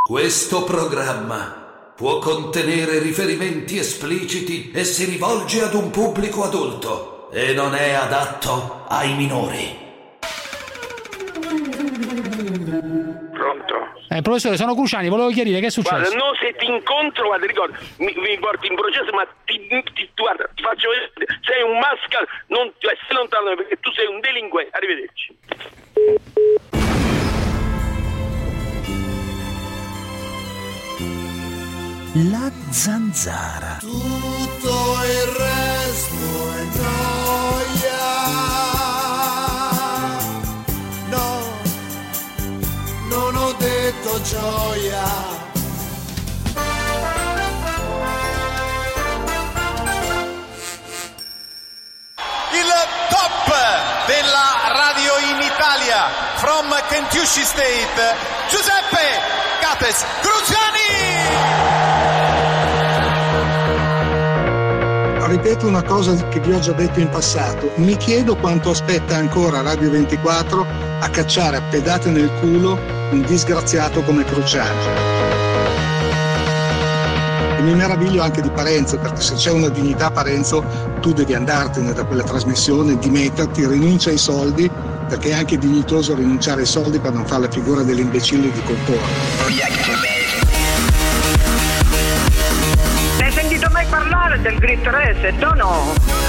Questo programma può contenere riferimenti espliciti e si rivolge ad un pubblico adulto e non è adatto ai minori. Pronto? Professore, sono Cruciani, volevo chiarire che è successo. Guarda, no, se ti incontro, guarda, ricorda, mi porti in processo, ma guarda, ti faccio vedere, sei un mascal, non stai lontano perché tu sei un delinquente. Arrivederci. La zanzara. Tutto il resto è noia. No, non ho detto gioia. Il top della radio in Italia, from Kentiusci State, Giuseppe Cates Cruciani! Ripeto una cosa che vi ho già detto in passato, mi chiedo quanto aspetta ancora Radio 24 a cacciare a pedate nel culo un disgraziato come Cruciani. E mi meraviglio anche di Parenzo, perché se c'è una dignità, Parenzo, tu devi andartene da quella trasmissione, dimetterti, rinuncia ai soldi, perché è anche dignitoso rinunciare ai soldi per non fare la figura dell'imbecille di Contoro. Hai sentito mai parlare del Great Reset o no?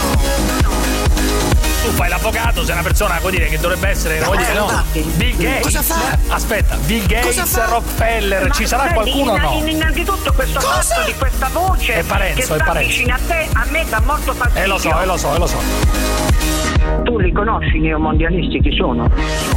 Tu fai l'avvocato, sei una persona, vuol dire che dovrebbe essere, vuol dire, no? Bill Gates. Cosa fa? Aspetta, Bill Gates, Rockefeller, ci sarà qualcuno o no? Innanzitutto questo fatto di questa voce È Parenzo, che sta vicino a te, a me dà molto fastidio. Lo so. Tu li conosci i neomondialisti chi sono?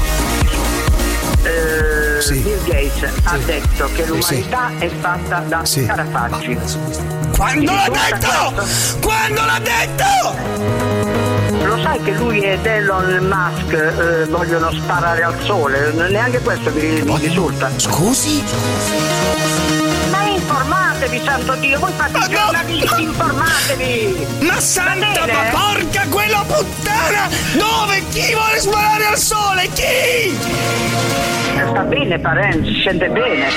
Sì. Bill Gates ha detto che l'umanità è fatta da scarafaggi. Quando l'ha detto? Quando l'ha detto? Lo sai che lui ed Elon Musk vogliono sparare al sole? Neanche questo vi risulta? Scusi? Ma informatevi, santo Dio, voi fate i giornalisti, informatevi! Ma santa ma porca quella puttana! Dove? Chi vuole sparare al sole? Chi? Sta bene, Parenzo, si sente bene.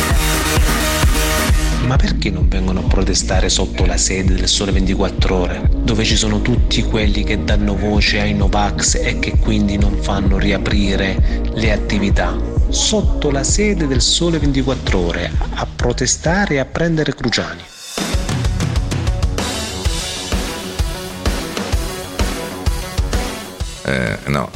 Ma perché non vengono a protestare sotto la sede del Sole 24 Ore, dove ci sono tutti quelli che danno voce ai Novax e che quindi non fanno riaprire le attività? Sotto la sede del Sole 24 Ore a protestare e a prendere Cruciani. No.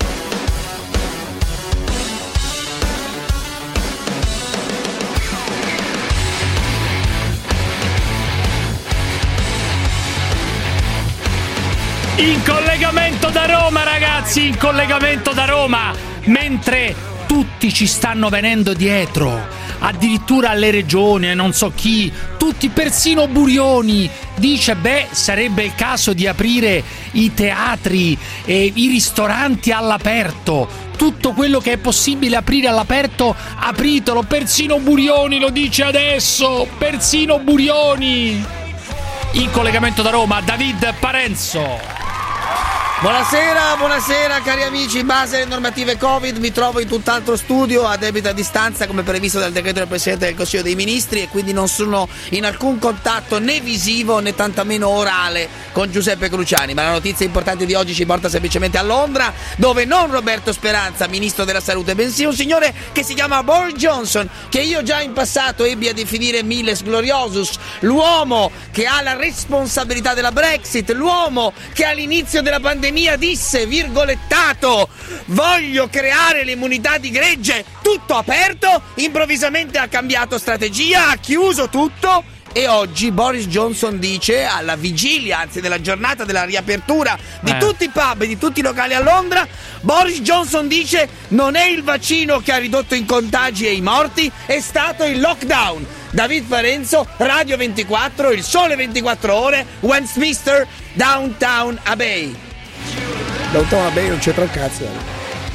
In collegamento da Roma, ragazzi, in collegamento da Roma, mentre tutti ci stanno venendo dietro, addirittura alle regioni e non so chi, tutti, persino Burioni dice sarebbe il caso di aprire i teatri e i ristoranti all'aperto, tutto quello che è possibile aprire all'aperto, apritelo. Persino Burioni lo dice adesso, persino Burioni. In collegamento da Roma, David Parenzo. Buonasera cari amici. In base alle normative Covid mi trovo in tutt'altro studio a debita distanza come previsto dal decreto del Presidente del Consiglio dei Ministri, e quindi non sono in alcun contatto né visivo né tantomeno orale con Giuseppe Cruciani. Ma la notizia importante di oggi ci porta semplicemente a Londra, dove non Roberto Speranza, ministro della salute, bensì un signore che si chiama Boris Johnson, che io già in passato ebbi a definire Miles Gloriosus, l'uomo che ha la responsabilità della Brexit, l'uomo che all'inizio della pandemia disse, virgolettato, voglio creare l'immunità di gregge, tutto aperto, improvvisamente ha cambiato strategia, ha chiuso tutto, e oggi Boris Johnson dice, alla vigilia, anzi della giornata della riapertura di tutti i pub e di tutti i locali a Londra, Boris Johnson dice non è il vaccino che ha ridotto i contagi e i morti, è stato il lockdown. David Parenzo, Radio 24, Il Sole 24 Ore, Westminster, Downtown Abbey. Downtown Abbey non c'entra un cazzo.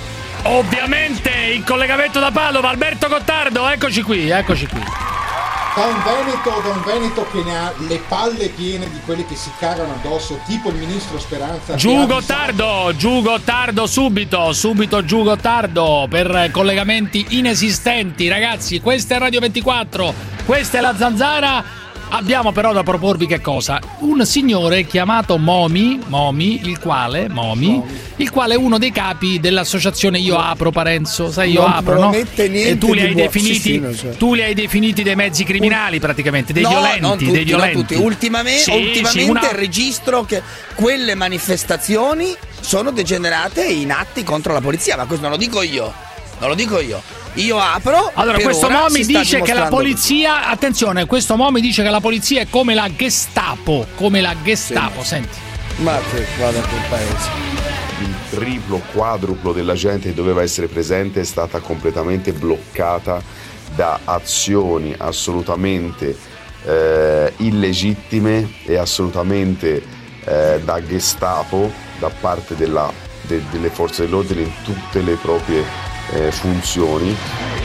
Ovviamente in collegamento da Padova, Alberto Gottardo, eccoci qui. Da un Veneto che ne ha le palle piene di quelli che si cagano addosso, tipo il ministro Speranza. Giù Gottardo, subito Giù Gottardo per collegamenti inesistenti. Ragazzi, questa è Radio 24, questa è la Zanzara. Abbiamo però da proporvi che cosa? Un signore chiamato Momi, il quale è uno dei capi dell'associazione Io Apro, Parenzo, sai Io Apro, no? E tu li hai definiti dei mezzi criminali praticamente, dei violenti. Non tutti. Ultimamente registro che quelle manifestazioni sono degenerate in atti contro la polizia, ma questo non lo dico io. Io apro. Allora, questo Momi dice che la polizia, attenzione, questo Momi dice che la polizia è come la Gestapo, sì. Senti. Ma che vada quel paese. Il triplo, quadruplo della gente che doveva essere presente è stata completamente bloccata da azioni assolutamente illegittime e assolutamente da Gestapo da parte delle forze dell'ordine in tutte le proprie funzioni.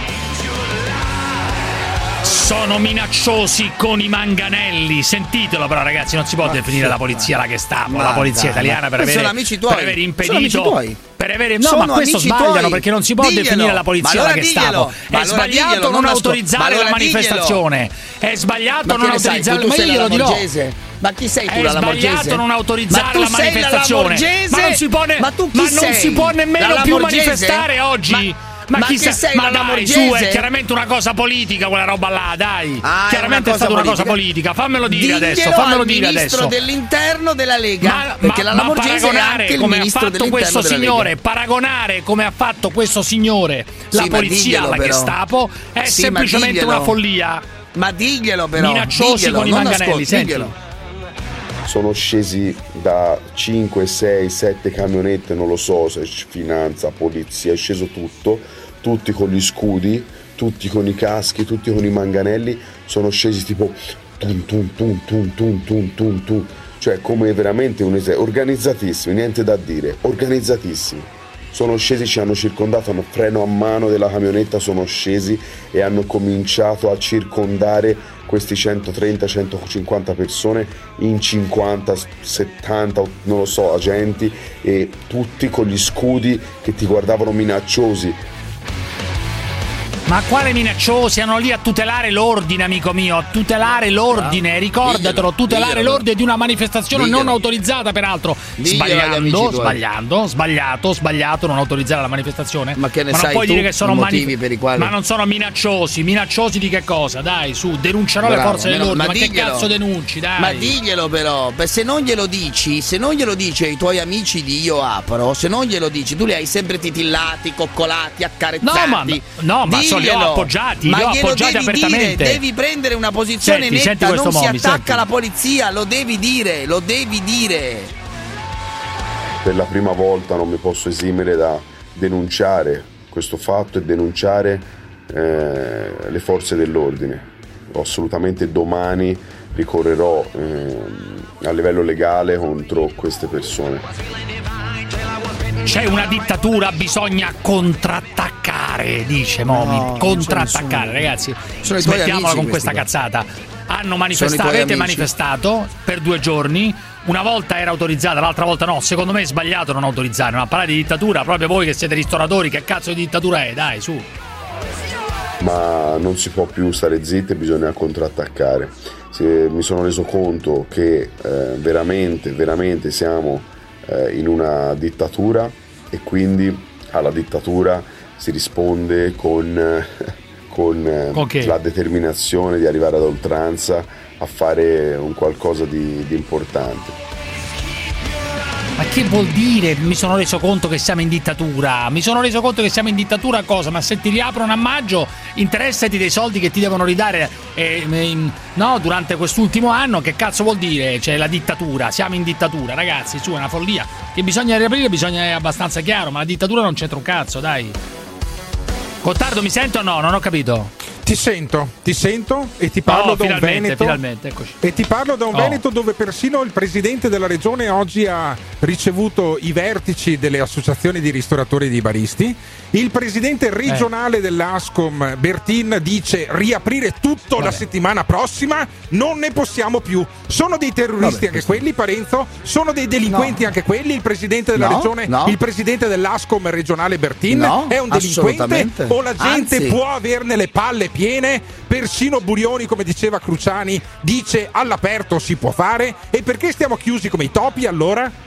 Sono minacciosi con i manganelli, sentitelo però ragazzi, non si può definire la polizia la Gestapo, la polizia italiana per aver impedito, per avere ma questo sbagliano perché non si può definire la polizia la Gestapo. È sbagliato non autorizzare la manifestazione, è sbagliato non autorizzare, ma io glielo dirò. Ma chi sei tu, la Lamorgese? È sbagliato non autorizzare la manifestazione. Ma non si può nemmeno più manifestare oggi. Ma chi sei? Ma dai, su, è chiaramente una cosa politica quella roba là, dai. Chiaramente è stata una cosa politica. Fammelo dire adesso. Fammelo dire adesso. Ministro dell'interno della Lega. Perché la Lamorgese è anche il ministro dell'interno della Lega. Paragonare come ha fatto questo signore la polizia alla Gestapo è semplicemente una follia. Ma diglielo però. Minacciosi con i manganelli, senti. Sono scesi da 5, 6, 7 camionette, non lo so se finanza, polizia, è sceso tutto, tutti con gli scudi, tutti con i caschi, tutti con i manganelli, sono scesi tipo tum, cioè come veramente organizzatissimi, niente da dire, organizzatissimi. Sono scesi, ci hanno circondato, hanno freno a mano della camionetta, sono scesi e hanno cominciato a circondare questi 130-150 persone in 50, 70, non lo so, agenti, e tutti con gli scudi che ti guardavano minacciosi. Ma quale minacciosi? Erano lì a tutelare l'ordine, amico mio, a tutelare l'ordine, ricordatelo, tutelare l'ordine di una manifestazione non autorizzata, peraltro. Sbagliato non autorizzare la manifestazione. Ma che ne sai non puoi tu dire che sono motivi per i quali... Ma non sono minacciosi di che cosa? Dai, su, denuncerò le forze dell'ordine, ma che cazzo denunci, dai. Ma diglielo però, se non glielo dici ai tuoi amici di Io Apro, se non glielo dici, tu li hai sempre titillati, coccolati, accarezzati. Ma li ho appoggiati apertamente. Devi prendere una posizione netta, non si attacca la polizia, lo devi dire. Per la prima volta non mi posso esimere da denunciare questo fatto e denunciare le forze dell'ordine. Assolutamente domani ricorrerò a livello legale contro queste persone. C'è una dittatura, bisogna contrattaccare, dice Momi. Contrattaccare, ragazzi. Smettiamola con questa cazzata. Avete manifestato per 2 giorni. Una volta era autorizzata, l'altra volta no. Secondo me è sbagliato non autorizzare. Ma parlare di dittatura, proprio voi che siete ristoratori, che cazzo di dittatura è? Dai, su. Ma non si può più stare zitti, bisogna contrattaccare. Mi sono reso conto che veramente siamo in una dittatura e quindi alla dittatura si risponde con la determinazione di arrivare ad oltranza a fare un qualcosa di importante. Ma che vuol dire? Mi sono reso conto che siamo in dittatura. Cosa? Ma se ti riaprono a maggio, interessati dei soldi che ti devono ridare durante quest'ultimo anno. Che cazzo vuol dire? Cioè la dittatura, siamo in dittatura, ragazzi, su, è una follia. Che bisogna riaprire, è abbastanza chiaro, ma la dittatura non c'entra un cazzo, dai. Gottardo, mi sento o no? Non ho capito. Ti sento e ti parlo da un Veneto. Finalmente, eccoci. E ti parlo da un Veneto dove persino il presidente della regione oggi ha ricevuto i vertici delle associazioni di ristoratori e di baristi. Il presidente regionale dell'Ascom, Bertin, dice riaprire tutto la settimana prossima, non ne possiamo più. Sono dei terroristi anche quelli, Parenzo? Sono dei delinquenti anche quelli? Il presidente della regione, il presidente dell'Ascom regionale Bertin è un delinquente? O la gente può averne le palle piene? Persino Burioni, come diceva Cruciani, dice all'aperto si può fare. E perché stiamo chiusi come i topi allora?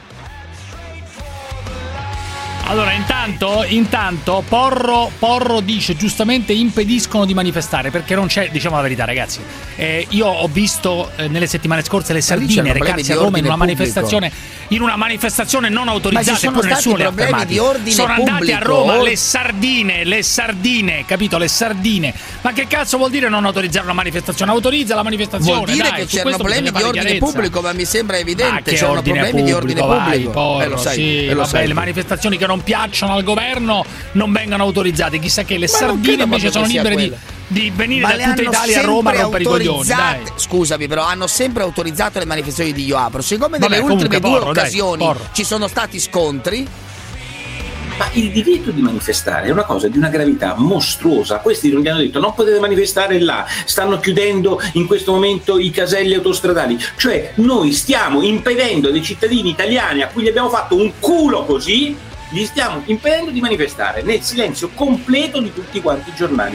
Allora, intanto Porro dice giustamente impediscono di manifestare perché non c'è, diciamo la verità ragazzi, io ho visto nelle settimane scorse le sardine recarsi a Roma in una manifestazione non autorizzata, eppure nessuno li ha fermati. Sono andati a Roma le sardine, capito? Le sardine. Ma che cazzo vuol dire non autorizzare una manifestazione? Autorizza la manifestazione. Vuol dire che c'erano problemi di ordine pubblico, ma mi sembra evidente. C'erano problemi di ordine pubblico. Lo sai, le manifestazioni che non piacciono al governo non vengono autorizzate. Chissà che le sardine invece sono libere di venire da tutta Italia a Roma a rompere i coglioni. Scusami, però hanno sempre autorizzato le manifestazioni di Io Apro. Siccome nelle ultime due occasioni ci sono stati scontri. Ma il divieto di manifestare è una cosa di una gravità mostruosa. Questi non gli hanno detto non potete manifestare là, stanno chiudendo in questo momento i caselli autostradali. Cioè noi stiamo impedendo dei cittadini italiani a cui gli abbiamo fatto un culo così, gli stiamo impedendo di manifestare nel silenzio completo di tutti quanti i giornali.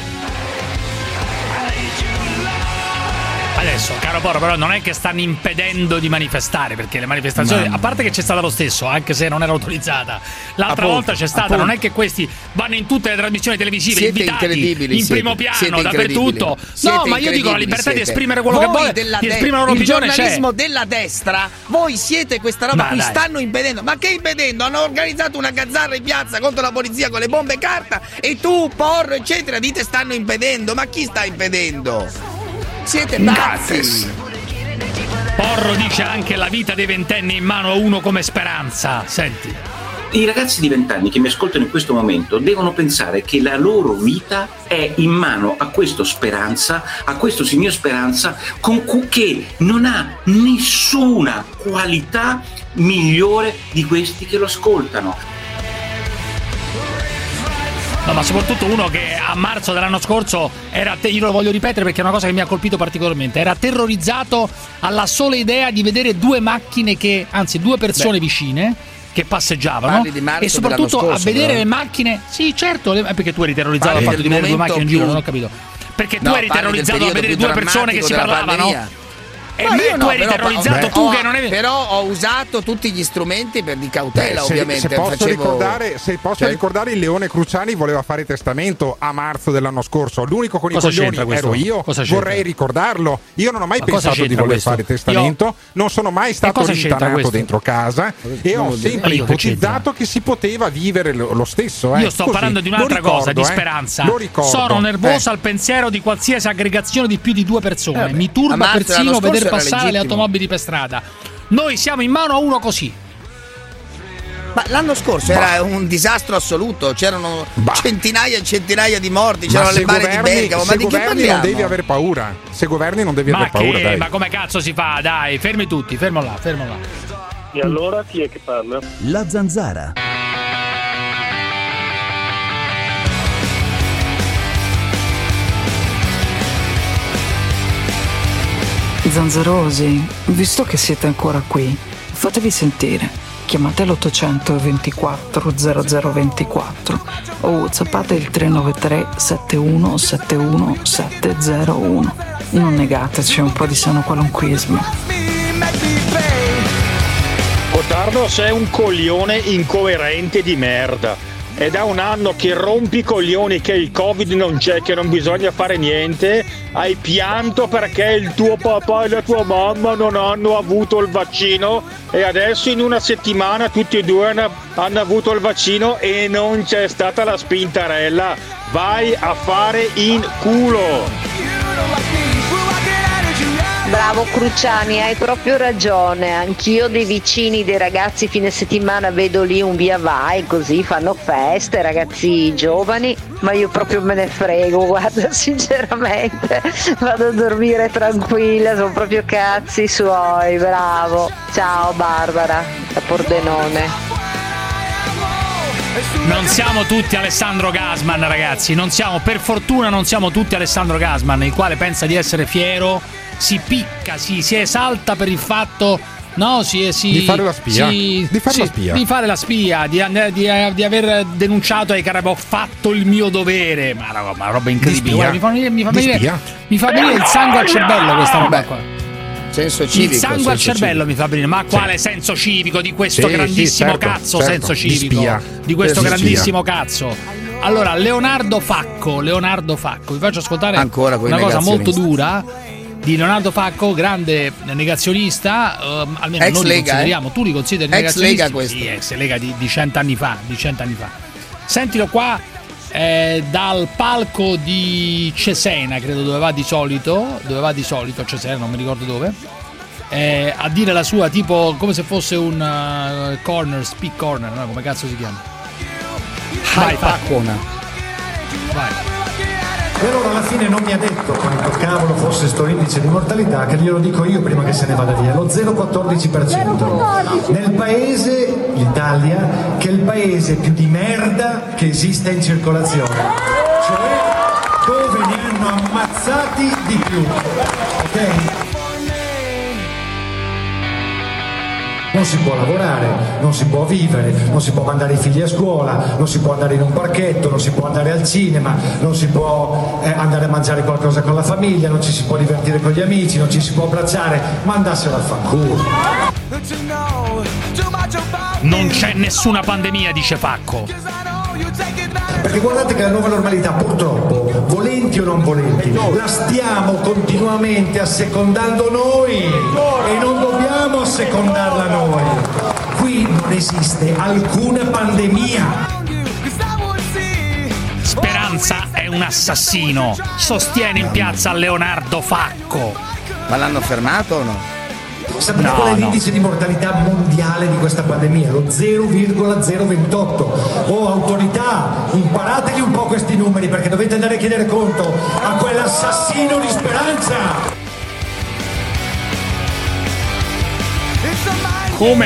Adesso, caro Porro, però non è che stanno impedendo di manifestare, perché le manifestazioni, a parte che c'è stata lo stesso, anche se non era autorizzata, l'altra volta c'è stata, non è che questi vanno in tutte le trasmissioni televisive invitati in primo piano dappertutto. No, ma io dico la libertà di esprimere quello che vuole, di esprimere la loro opinione. Il giornalismo della destra, voi siete questa roba qui, stanno impedendo. Ma che impedendo? Hanno organizzato una gazzarra in piazza contro la polizia con le bombe carta e tu, Porro, eccetera, dite stanno impedendo. Ma chi sta impedendo? Siete pazzi. Porro dice anche la vita dei ventenni in mano a uno come Speranza. Senti, i ragazzi di 20 anni che mi ascoltano in questo momento devono pensare che la loro vita è in mano a questo Speranza, a questo signor Speranza, che non ha nessuna qualità migliore di questi che lo ascoltano. No, ma soprattutto uno che a marzo dell'anno scorso io lo voglio ripetere perché è una cosa che mi ha colpito particolarmente, era terrorizzato alla sola idea di vedere due persone vicine che passeggiavano e soprattutto a vedere le macchine. Sì, certo, perché tu eri terrorizzato al fatto di vedere due macchine in giro, non ho capito. Perché tu eri terrorizzato a vedere due persone che si parlavano? E tu eri terrorizzato, tu che non eri. Però ho usato tutti gli strumenti di cautela, ovviamente. Se posso ricordare, il Leone Cruciani voleva fare testamento a marzo dell'anno scorso. L'unico con i coglioni ero io. Vorrei ricordarlo. Io non ho mai pensato di voler fare testamento. Non sono mai stato rintanato dentro casa e ho sempre ipotizzato che si poteva vivere lo stesso. Io sto parlando di un'altra cosa, di Speranza. Sono nervoso al pensiero di qualsiasi aggregazione di più di due persone. Mi turba persino vedere passare le automobili per strada. Noi siamo in mano a uno così. Ma l'anno scorso era un disastro assoluto, c'erano centinaia e centinaia di morti, c'erano le bare di Bergamo. Ma di che parliamo? Non devi aver paura. Se governi non devi aver paura, dai. Ma come cazzo si fa? Dai, fermi tutti, fermo là. E allora chi è che parla? La Zanzara. Zanzarosi, visto che siete ancora qui, fatevi sentire. Chiamate l'800 24 0024 o whatsappate il 393 71 71 701. Non negateci un po' di sano qualunquismo. Gottardo, sei un coglione incoerente di merda. È da un anno che rompi i coglioni che il Covid non c'è, che non bisogna fare niente. Hai pianto perché il tuo papà e la tua mamma non hanno avuto il vaccino e adesso in una settimana tutti e due hanno avuto il vaccino e non c'è stata la spintarella. Vai a fare in culo. Bravo Cruciani, hai proprio ragione. Anch'io dei vicini, dei ragazzi fine settimana vedo lì un via vai, così fanno feste, ragazzi giovani, ma io proprio me ne frego, guarda, sinceramente vado a dormire tranquilla, sono proprio cazzi suoi. Bravo, ciao Barbara da Pordenone. Non siamo tutti Alessandro Gasman, ragazzi, per fortuna non siamo tutti Alessandro Gasman, il quale pensa di essere fiero, si picca, si esalta per il fatto, no, di fare la spia, di fare la spia, di aver denunciato ai carabinieri, ho fatto il mio dovere, ma roba incredibile. Mi fa venire il sangue al cervello questa roba qua. Senso civico. Il sangue al cervello mi fa venire. Ma quale senso civico di questo grandissimo cazzo? Senso civico di questo grandissimo cazzo. Allora, Leonardo Facco, vi faccio ascoltare ancora una cosa molto dura di Leonardo Facco, grande negazionista, almeno ex noi Lega, li consideriamo, tu li consideri ex negazionisti? Lega questo. Sì, ex Lega di 100 anni fa, Sentilo qua. Dal palco di Cesena, credo dove va di solito Cesena, non mi ricordo dove, a dire la sua, tipo come se fosse un speak corner, no? Come cazzo si chiama? Vai, Paccona. Vai. E allora alla fine non mi ha detto quanto cavolo fosse sto indice di mortalità, che glielo dico io prima che se ne vada via, lo 0,14%. Nel paese, l'Italia, che è il paese più di merda che esiste in circolazione, cioè dove ne hanno ammazzati di più, ok? Non si può lavorare, non si può vivere, non si può mandare i figli a scuola, non si può andare in un parchetto, non si può andare al cinema, non si può andare a mangiare qualcosa con la famiglia, non ci si può divertire con gli amici, non ci si può abbracciare, ma andassero a fanculo. Non c'è nessuna pandemia, dice Facco. Perché guardate che la nuova normalità, purtroppo, volenti o non volenti, la stiamo continuamente assecondando noi e non dobbiamo assecondarla noi. Qui non esiste alcuna pandemia. Speranza è un assassino, sostiene in piazza Leonardo Facco. Ma l'hanno fermato o no? Sapete qual è l'indice di mortalità mondiale di questa pandemia? Lo 0,028. Oh, autorità, imparategli un po' questi numeri, perché dovete andare a chiedere conto a quell'assassino di Speranza. Come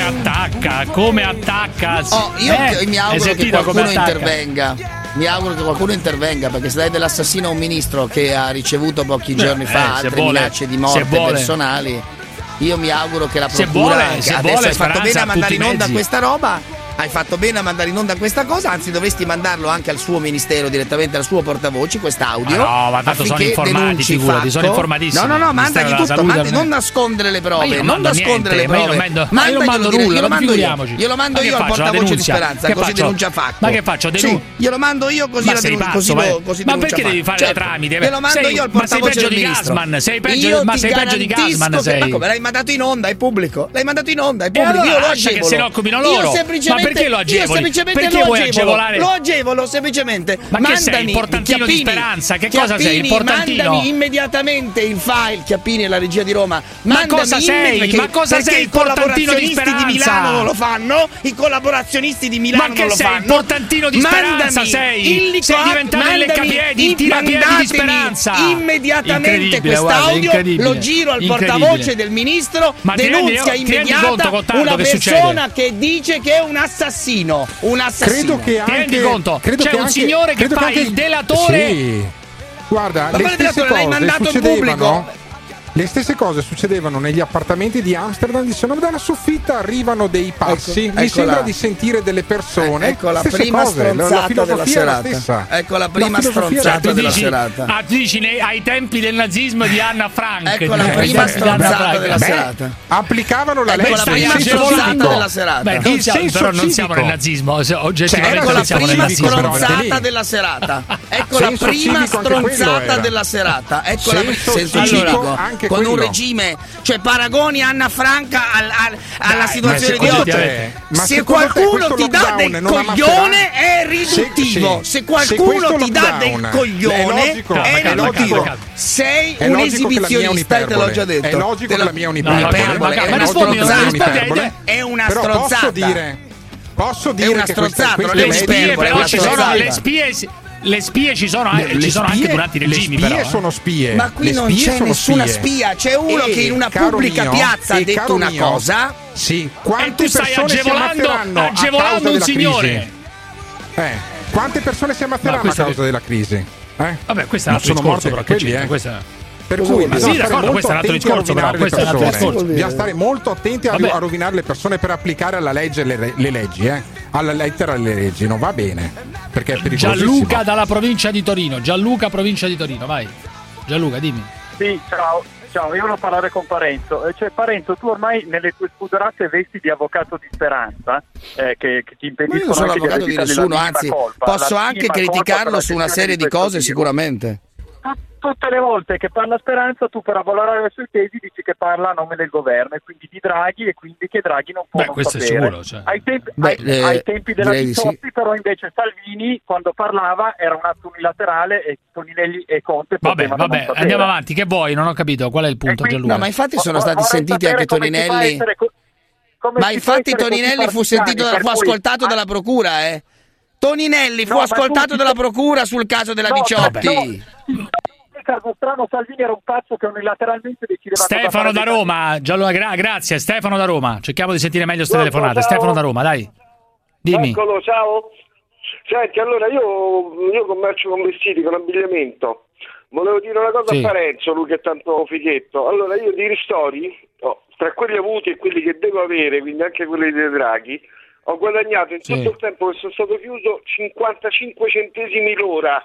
attacca. Io mi auguro che qualcuno intervenga. Mi auguro che qualcuno intervenga, perché se dai dell'assassino a un ministro che ha ricevuto pochi giorni fa altre minacce di morte personali, io mi auguro che la procura adesso hai fatto bene a mandare in onda questa roba. Hai fatto bene a mandare in onda questa cosa, anzi dovresti mandarlo anche al suo ministero, direttamente al suo portavoce, quest'audio. Ma tanto sono informati, figurati, sono informatissimi. No, mandagli tutto, non nascondere le prove, non nascondere le prove. Ma io non mando nulla, non figuriamoci. Glielo mando io al portavoce di Speranza, così denuncia Facco. Ma che faccio? Glielo mando io così la denuncia. Ma perché devi fare la tramite? Glielo mando io al portavoce del ministro. Sei peggio di Gasman, Ma come l'hai mandato in onda, è pubblico. Io lo agevolo. Che se ne occupino loro. Ma perché lo agevoli? Perché vuoi agevolare? Lo agevolo semplicemente. Ma che sei, il portantino di Speranza? Che cosa sei, il portantino? Mandami immediatamente il file, Chiappini e la regia di Roma. Ma cosa sei? Ma cosa sei, il portantino di Speranza? I Milano non lo fanno, i collaborazionisti di Milano non lo fanno. Ma che sei, il portantino di Speranza sei? Sei diventato il leccapiedi, il tirapiedi di Speranza. Immediatamente quest'audio, lo giro al portavoce del ministro, denunzia immediata una persona che dice che è un assassino. Credo che anche, ti rendi conto? C'è un signore che fa il delatore. Sì. Guarda, ma l'hai mandato in pubblico? Le stesse cose succedevano negli appartamenti di Amsterdam, dicendo dalla soffitta arrivano dei passi, mi sembra di sentire delle persone. Ecco la prima stronzata della serata. Ecco la prima stronzata della serata. Dici ai tempi del nazismo di Anna Frank. Ecco la prima stronzata della serata. Applicavano la legge. Ecco la prima stronzata della serata. Il senso però non siamo nel nazismo, oggettivamente non siamo nel nazismo. Ecco la prima stronzata della serata. Ecco la prima stronzata della serata. Ecco la senso civico. con quello. un regime, cioè paragoni Anna Franca alla situazione di oggi. Se qualcuno ti dà del coglione è riduttivo. Se qualcuno ti dà del coglione è riduttivo. Sei un esibizionista e te l'ho già detto. È logico che la mia è un'iperbole. È una stronzata. Posso dire che le spie ci sono anche durante i regimi, le spie però. Sono spie. Ma qui non c'è nessuna spia, c'è uno che in una pubblica piazza ha detto una cosa. Sì, quante e tu stai agevolando un signore. Quante persone si ammazzeranno a causa della crisi? Vabbè, questo è un altro discorso, però quelli, per cui bisogna stare molto attenti a rovinare le persone. Bisogna stare molto attenti a rovinare le persone per applicare alla legge le leggi, alla lettera le leggi, non va bene, perché è pericolosissimo. Gianluca dalla provincia di Torino. Gianluca, provincia di Torino, vai. Gianluca, dimmi. Sì, ciao, io volevo parlare con Parenzo. Cioè, Parenzo, tu ormai nelle tue spudorate vesti di avvocato di speranza, che ti impediscono. Io non sono anche avvocato di nessuno, anzi, posso anche criticarlo su una serie di cose, sicuramente. Tutte le volte che parla Speranza, tu per avvalorare le sue tesi dici che parla a nome del governo e quindi di Draghi, e quindi che Draghi non può non questo sapere. È sicuro, cioè. Ai tempi della Pizzoppi, sì. Però invece Salvini quando parlava era un atto unilaterale e Toninelli e Conte potevano non sapere. Andiamo avanti, che vuoi? Non ho capito qual è il punto, Gianluca. No, ma infatti sono stati sentiti anche Toninelli. Ma infatti Toninelli fu ascoltato dalla procura, Toninelli fu ascoltato dalla procura sul caso della Pizzoppi. Strano, Salvini era un pazzo che unilateralmente decideva. Stefano da Roma, Gianluca, grazie. Stefano da Roma, cerchiamo di sentire meglio queste telefonate. Stefano da Roma, dai, dimmi. Eccolo, ciao. Senti, allora io commercio con vestiti, con abbigliamento. Volevo dire una cosa a Parenzo, lui che è tanto fighetto. Allora, io di ristori, tra quelli avuti e quelli che devo avere, quindi anche quelli dei Draghi, ho guadagnato in tutto il tempo che sono stato chiuso 55 centesimi l'ora.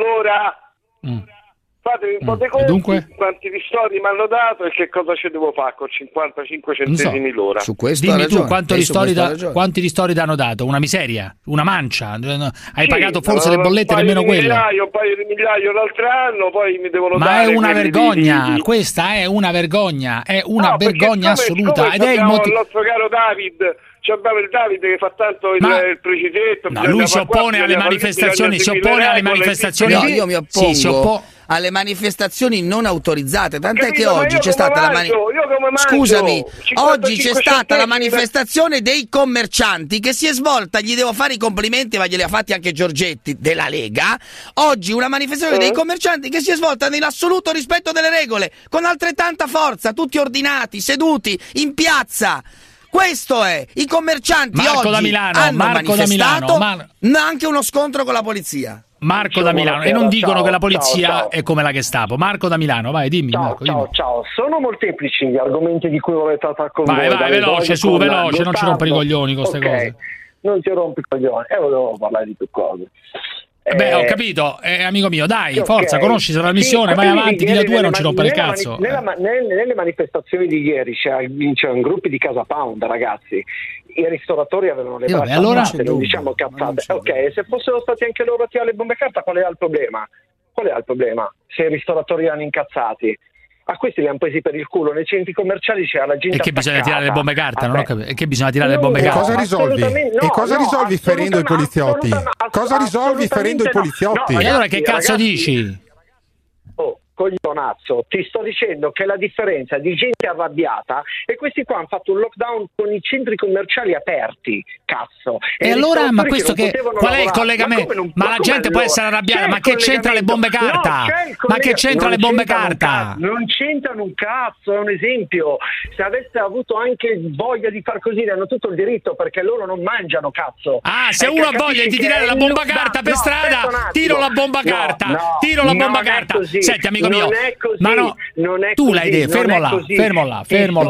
Fatevi un po' dei conti, quanti ristori mi hanno dato e che cosa ci devo fare con 55 centesimi l'ora. Su questo dimmi tu quanti ristori danno dato? Una miseria? Una mancia? Hai pagato forse le bollette nemmeno quelle? Un paio di migliaio l'altro anno, poi mi devono ma dare. Ma è una vergogna, questa è una vergogna, è una vergogna assoluta. Ed è il nostro caro David. Abbiamo il Davide che fa tanto il precisetto. No, lui si oppone alle manifestazioni, No, io mi oppongo alle manifestazioni non autorizzate, tant'è che oggi c'è stata oggi c'è stata la manifestazione dei commercianti che si è svolta, gli devo fare i complimenti, ma glieli ha fatti anche Giorgetti della Lega. Oggi una manifestazione dei commercianti che si è svolta nell'assoluto rispetto delle regole, con altrettanta forza, tutti ordinati, seduti in piazza. Questo è, i commercianti oggi hanno manifestato, anche uno scontro con la polizia. Marco da Milano, e non dicono che la polizia è come la Gestapo. Marco da Milano, vai, dimmi. Ciao. Sono molteplici gli argomenti di cui volete trattare con voi. Vai, veloce, non ci rompere i coglioni con queste cose. Non ti rompi i coglioni, volevo parlare di più cose. Ho capito, amico mio, dai, forza, conosci la missione, vai avanti, di la tua e non ci rompere il cazzo. Nelle manifestazioni di ieri c'erano gruppi di Casa Pound, ragazzi. I ristoratori avevano le braccia alzate, non diciamo cazzate. Se fossero stati anche loro a tirare le bombe carta, qual è il problema? Se i ristoratori erano incazzati, a questi li hanno presi per il culo. Nei centri commerciali c'era la gente. E che bisogna tirare le bombe carta? Non ho capito. E che bisogna tirare le bombe carta? Cosa risolvi? E cosa risolvi ferendo i poliziotti? Cosa risolvi ferendo i poliziotti? E allora che cazzo dici? Coglionazzo, ti sto dicendo che la differenza di gente arrabbiata e questi qua hanno fatto un lockdown con i centri commerciali aperti, cazzo. E allora, ma questo qual è il collegamento? Ma la gente può essere arrabbiata, ma che c'entra le bombe carta? Ma che c'entra le bombe carta? Non c'entrano un cazzo, è un esempio. Se avesse avuto anche voglia di far così, hanno tutto il diritto, perché loro non mangiano, cazzo. Se uno ha voglia di tirare la bomba carta per strada, tiro la bomba carta. Tiro la bomba carta. Senti, amico mio, ma no, tu l'hai detto, fermo là.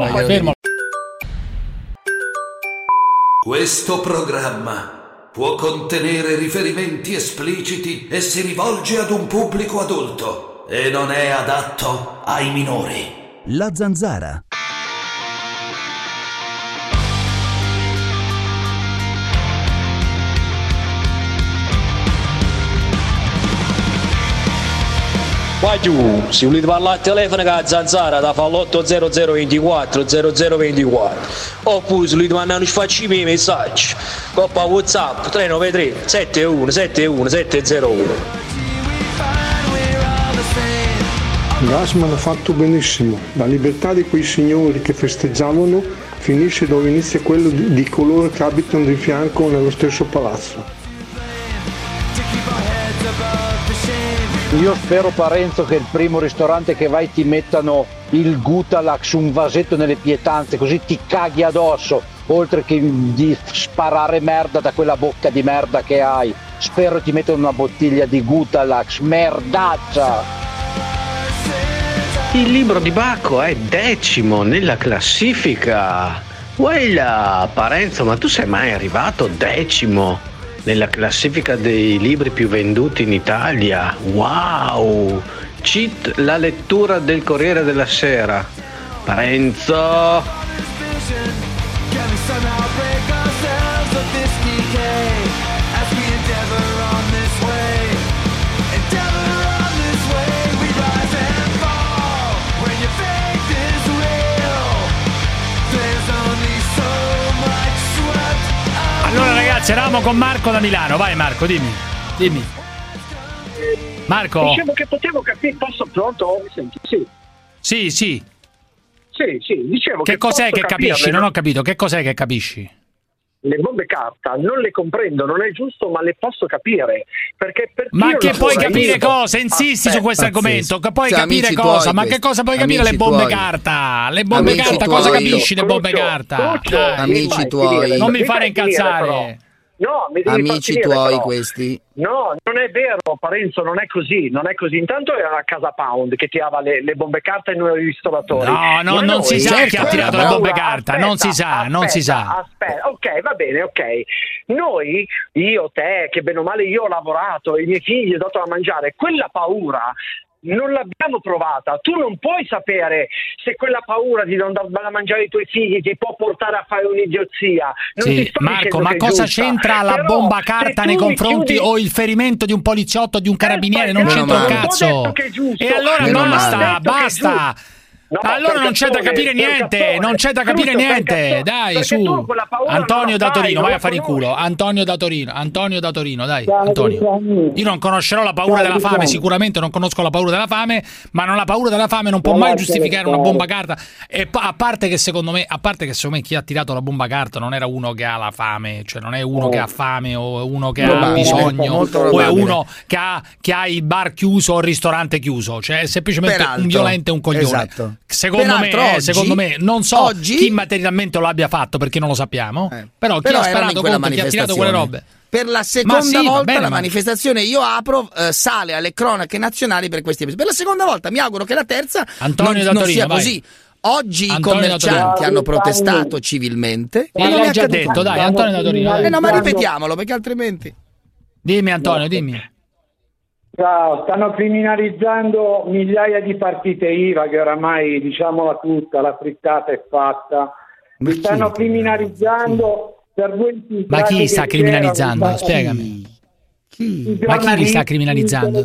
Questo programma può contenere riferimenti espliciti e si rivolge ad un pubblico adulto e non è adatto ai minori. La Zanzara. Guagliù, se volete parlare al telefono con la Zanzara da fa l'80024 0024 oppure se volete mandare i miei messaggi coppa WhatsApp 393 71 71 701. Gassman ha fatto benissimo, la libertà di quei signori che festeggiavano finisce dove inizia quello di coloro che abitano di fianco nello stesso palazzo. Io spero, Parenzo, che il primo ristorante che vai ti mettano il Gutalax, un vasetto nelle pietanze, così ti caghi addosso, oltre che di sparare merda da quella bocca di merda che hai. Spero ti mettano una bottiglia di Gutalax, merdaccia! Il libro di Bacco è 10° nella classifica. Uella, Parenzo, ma tu sei mai arrivato 10° nella classifica dei libri più venduti in Italia? Wow! Cheat la lettura del Corriere della Sera. Parenzo! Allora ragazzi, eravamo con Marco da Milano. Vai Marco, dimmi. Marco. Dicevo che potevo capire. Posso? Pronto? Mi senti? Sì. Sì. Dicevo che cos'è che capisci? Non ho capito. Che cos'è che capisci? Le bombe carta non le comprendo, non è giusto, ma le posso capire. Perché per ma che puoi capire cosa? Insisti su questo argomento. Che puoi capire cosa? Ma che cosa puoi capire le bombe carta? Le bombe carta, cosa capisci le bombe carta? Amici tuoi. Non mi fare incazzare. No, mi devi amici tuoi questi. No, non è vero, Parenzo, non è così. Intanto era la Casa Pound che tirava le bombe carta ai nuovi ristoratori. No, non si sa chi ha tirato le bombe carta, non si sa. Aspetta, ok, va bene, ok. Noi, io, te, che bene o male io ho lavorato, i miei figli ho dato da mangiare, quella paura non l'abbiamo provata. Tu non puoi sapere se quella paura di non dar da mangiare ai tuoi figli ti può portare a fare un'idiozia. Sì, Marco, ma cosa c'entra la bomba carta nei confronti o il ferimento di un poliziotto o di un carabiniere? Non c'entra un cazzo. E allora basta. No, allora non c'è da capire niente, dai, su. Antonio da Torino, vai a fare in culo. Antonio da Torino, dai. Antonio. Io non conoscerò la paura della fame, sicuramente non conosco la paura della fame, ma la paura della fame non può mai giustificare una bomba carta. E a parte che secondo me chi ha tirato la bomba carta non era uno che ha la fame, cioè non è uno che ha fame o uno che ha bisogno o è uno che ha il bar chiuso o il ristorante chiuso, cioè è semplicemente un violento e un coglione. Esatto. Secondo me, non so chi materialmente lo abbia fatto perché non lo sappiamo, però chi ha sparato contro, chi ha tirato quelle robe. Per la seconda volta la manifestazione io apro sale alle cronache nazionali per questi episodi. Per la seconda volta mi auguro che la terza non sia così. Oggi i commercianti hanno protestato civilmente. Ma l'hai già detto, dai, Antonio da Torino. No, ma ripetiamolo perché altrimenti. Dimmi Antonio, dimmi. Stanno criminalizzando migliaia di partite IVA che oramai, diciamola tutta, la frittata è fatta. Mi stanno criminalizzando per due entità. Ma chi sta criminalizzando? Spiegami. Ma chi li sta criminalizzando?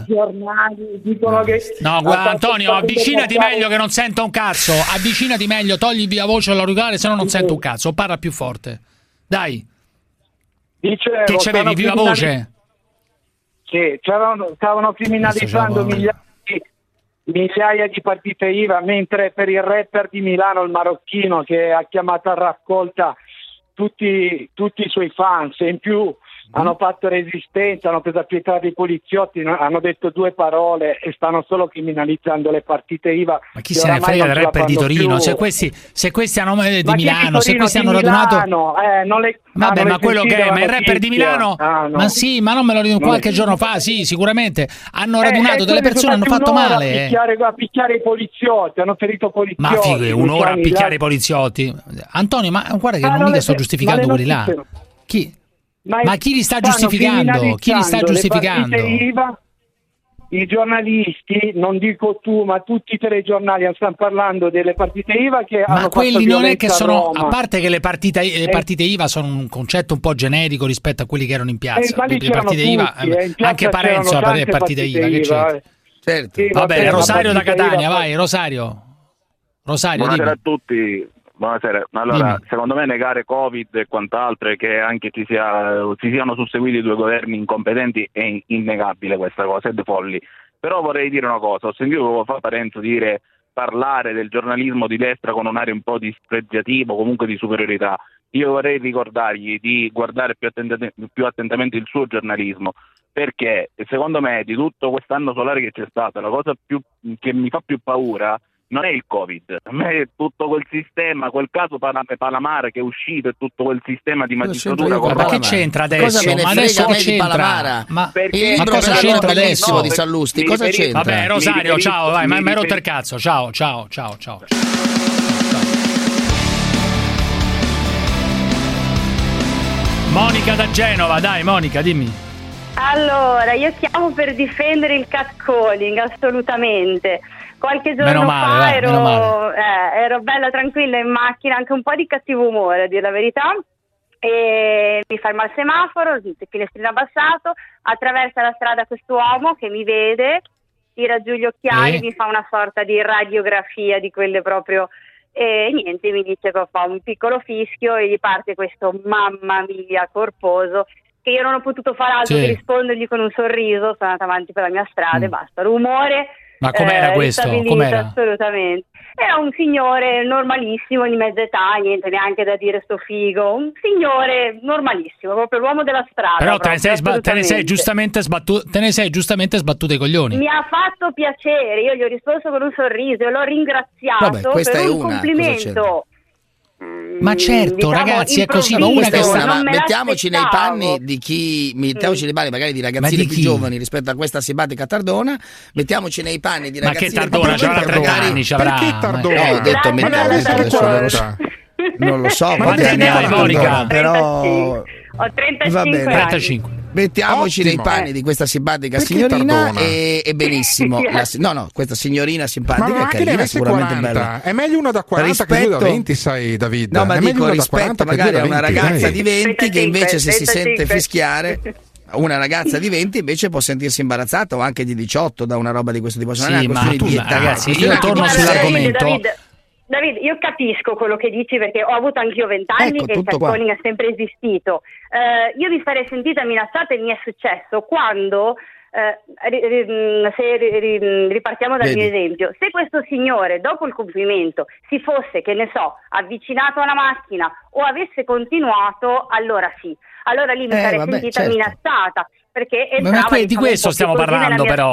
No, guarda Antonio, avvicinati meglio che non sento un cazzo. Avvicinati meglio, togli via voce all'auricolare, se no non sento un cazzo. Parla più forte. Dai. Dicevo, che c'avevi viva voce? Sì, stavano criminalizzando migliaia di partite IVA, mentre per il rapper di Milano, il marocchino, che ha chiamato a raccolta tutti i suoi fans, e in più hanno fatto resistenza, hanno preso a pietra dei poliziotti, hanno detto due parole e stanno solo criminalizzando le partite IVA. Ma chi se ne frega del rapper di Torino? Se questi hanno di Milano, se questi hanno radunato vabbè, ma quello che è, ma il rapper di Milano, ma sì, ma non me lo ricordo qualche giorno fa, sì, sicuramente hanno radunato delle persone, hanno fatto male a picchiare i poliziotti, hanno ferito poliziotti. Ma figo, un'ora a picchiare i poliziotti. Antonio, ma guarda che non mica sto giustificando quelli là. Ma chi li sta giustificando? Chi li sta giustificando? I giornalisti, non dico tu, ma tutti i telegiornali stanno parlando delle partite IVA che hanno quelli fatto non è che sono, a parte che le partite IVA sono un concetto un po' generico rispetto a quelli che erano in piazza. Le partite IVA, anche Parenzo ha partite IVA, che c'è? Certo. Sì, va bene, Rosario da Catania, vai, Rosario. Buonasera a tutti. Buonasera. Allora, secondo me negare Covid e quant'altro e che anche si siano susseguiti 2 governi incompetenti è innegabile questa cosa, è da folli. Però vorrei dire una cosa, ho sentito poco fa Parenzo parlare del giornalismo di destra con un aria un po' dispregiativo, comunque di superiorità. Io vorrei ricordargli di guardare più attentamente il suo giornalismo, perché secondo me di tutto quest'anno solare che c'è stato, la cosa che mi fa più paura non è il Covid, a me è tutto quel sistema, quel caso Palamara che è uscito e tutto quel sistema di magistratura. Ma che c'entra adesso? Ma adesso che c'entra? Ma cosa c'entra adesso? Di Sallusti, cosa c'entra? Vabbè, Rosario, ciao, vai, ma mi hai rotto il cazzo. Ciao. Monica da Genova, dai Monica, dimmi. Allora, io chiamo per difendere il catcalling, assolutamente. Qualche giorno fa ero bella tranquilla in macchina, anche un po' di cattivo umore a dire la verità, e mi fermo al semaforo, finestrino abbassato, attraversa la strada quest'uomo che mi vede, tira giù gli occhiali, mi fa una sorta di radiografia di quelle proprio, e niente, mi dice che fa un piccolo fischio e gli parte questo mamma mia corposo, che io non ho potuto fare altro che rispondergli con un sorriso, sono andata avanti per la mia strada e basta, rumore. Ma com'era questo? Com'era? Assolutamente. Era un signore normalissimo, di mezza età, niente neanche da dire sto figo, un signore normalissimo, proprio l'uomo della strada. Però te ne sei giustamente sbattuto i coglioni. Mi ha fatto piacere, io gli ho risposto con un sorriso e l'ho ringraziato per un complimento. Ma certo, ragazzi, è così. Ma mettiamoci nei panni di chi, nei panni magari di ragazzini più giovani rispetto a questa simpatica Tardona. Mettiamoci nei panni di ragazzini. Ma che Tardona? C'avrà 30 anni, Perché Tardona? Ho detto non lo so. Quanti anni hai, Monica? Però ho 35 anni. Mettiamoci nei panni di questa simpatica signorina e benissimo. Questa signorina simpatica, ma anche carina, sicuramente 40. bella. È meglio una da 40 che due da 20, sai, David. No, ma è dico meglio rispetto magari a una ragazza di 20 che invece se si sente fischiare, una ragazza di 20 invece può sentirsi imbarazzata, o anche di 18 da una roba di questo tipo. Sì, ma tu, ragazzi, io torno sull'argomento. David, io capisco quello che dici perché ho avuto anch'io 20 anni e il catcalling è sempre esistito. Io mi sarei sentita minacciata e mi è successo quando, se ripartiamo dal mio esempio, se questo signore dopo il complimento si fosse, che ne so, avvicinato a una macchina o avesse continuato, allora sì, allora lì mi sarei sentita minacciata. Perché di questo stiamo parlando, però.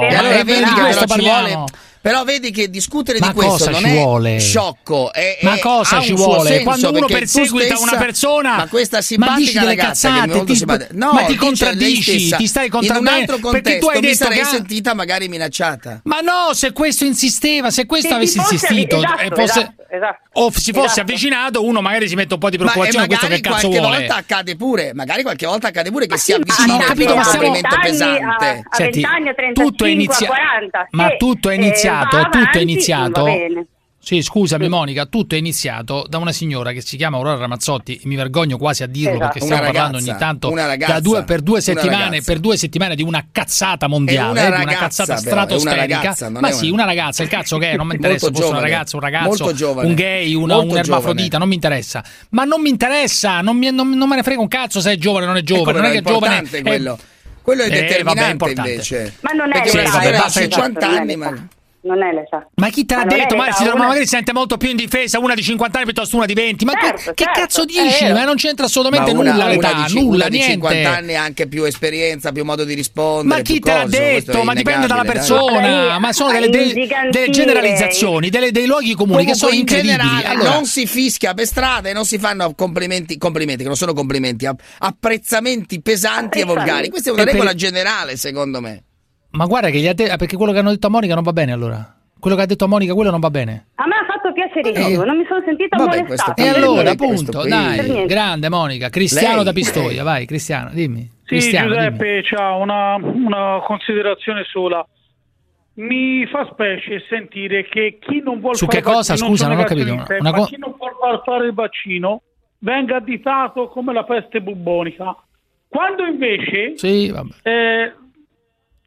Però vedi che discutere di questo non è sciocco. Ma cosa ci vuole? Quando uno perseguita una persona, ma questa simpatica ragazza ma ti contraddici, ti stai contraddendo. In un altro contesto mi sarei sentita magari minacciata. Ma no, se questo insisteva, se questo avesse insistito o si fosse avvicinato, uno magari si mette un po' di preoccupazione. Questo che cazzo vuole? Magari qualche volta accade pure che si avvicina a un complimento pesante. Senti, tutto è iniziato. Ma tutto è iniziato. Sì, scusami Monica, tutto è iniziato da una signora che si chiama Aurora Ramazzotti, mi vergogno quasi a dirlo perché stiamo parlando ogni tanto per due settimane di una cazzata mondiale, di una cazzata stratosferica. Ma sì, una ragazza, il cazzo che è, non mi interessa, fosse una ragazza, un ragazzo, un gay, un ermafrodita, non mi interessa. Ma non mi interessa, non me ne frega un cazzo se è giovane o non è giovane, non è che è giovane quello è determinante invece. Ma non è l'età, 50 anni, ma non è l'età. Ma chi te l'ha detto? Magari si sente molto più indifesa una di 50 anni piuttosto una di 20. Ma che cazzo dici? Ma non c'entra assolutamente nulla l'età, nulla, niente. 50 anni ha anche più esperienza, più modo di rispondere. Ma chi te l'ha detto? Ma dipende dalla persona. Ma sono delle generalizzazioni, dei luoghi comuni che sono incredibili. Non si fischia per strada e non si fanno complimenti che non sono complimenti, apprezzamenti pesanti e volgari. Questa è una regola generale, secondo me. Ma guarda che perché quello che hanno detto a Monica non va bene, allora. Quello che ha detto a Monica, quello non va bene. A me ha fatto piacerissimo, non mi sono sentita molestata. E allora, appunto, dai, grande Monica. Cristiano da Pistoia, vai, Cristiano, dimmi. Sì, Cristiano, Giuseppe, c'ha una considerazione sola. Mi fa specie sentire che chi non vuole fare il vaccino... Su che cosa? Scusa, non ho capito. Ma chi non vuole fare il vaccino venga additato come la peste bubbonica. Quando invece... Sì, vabbè.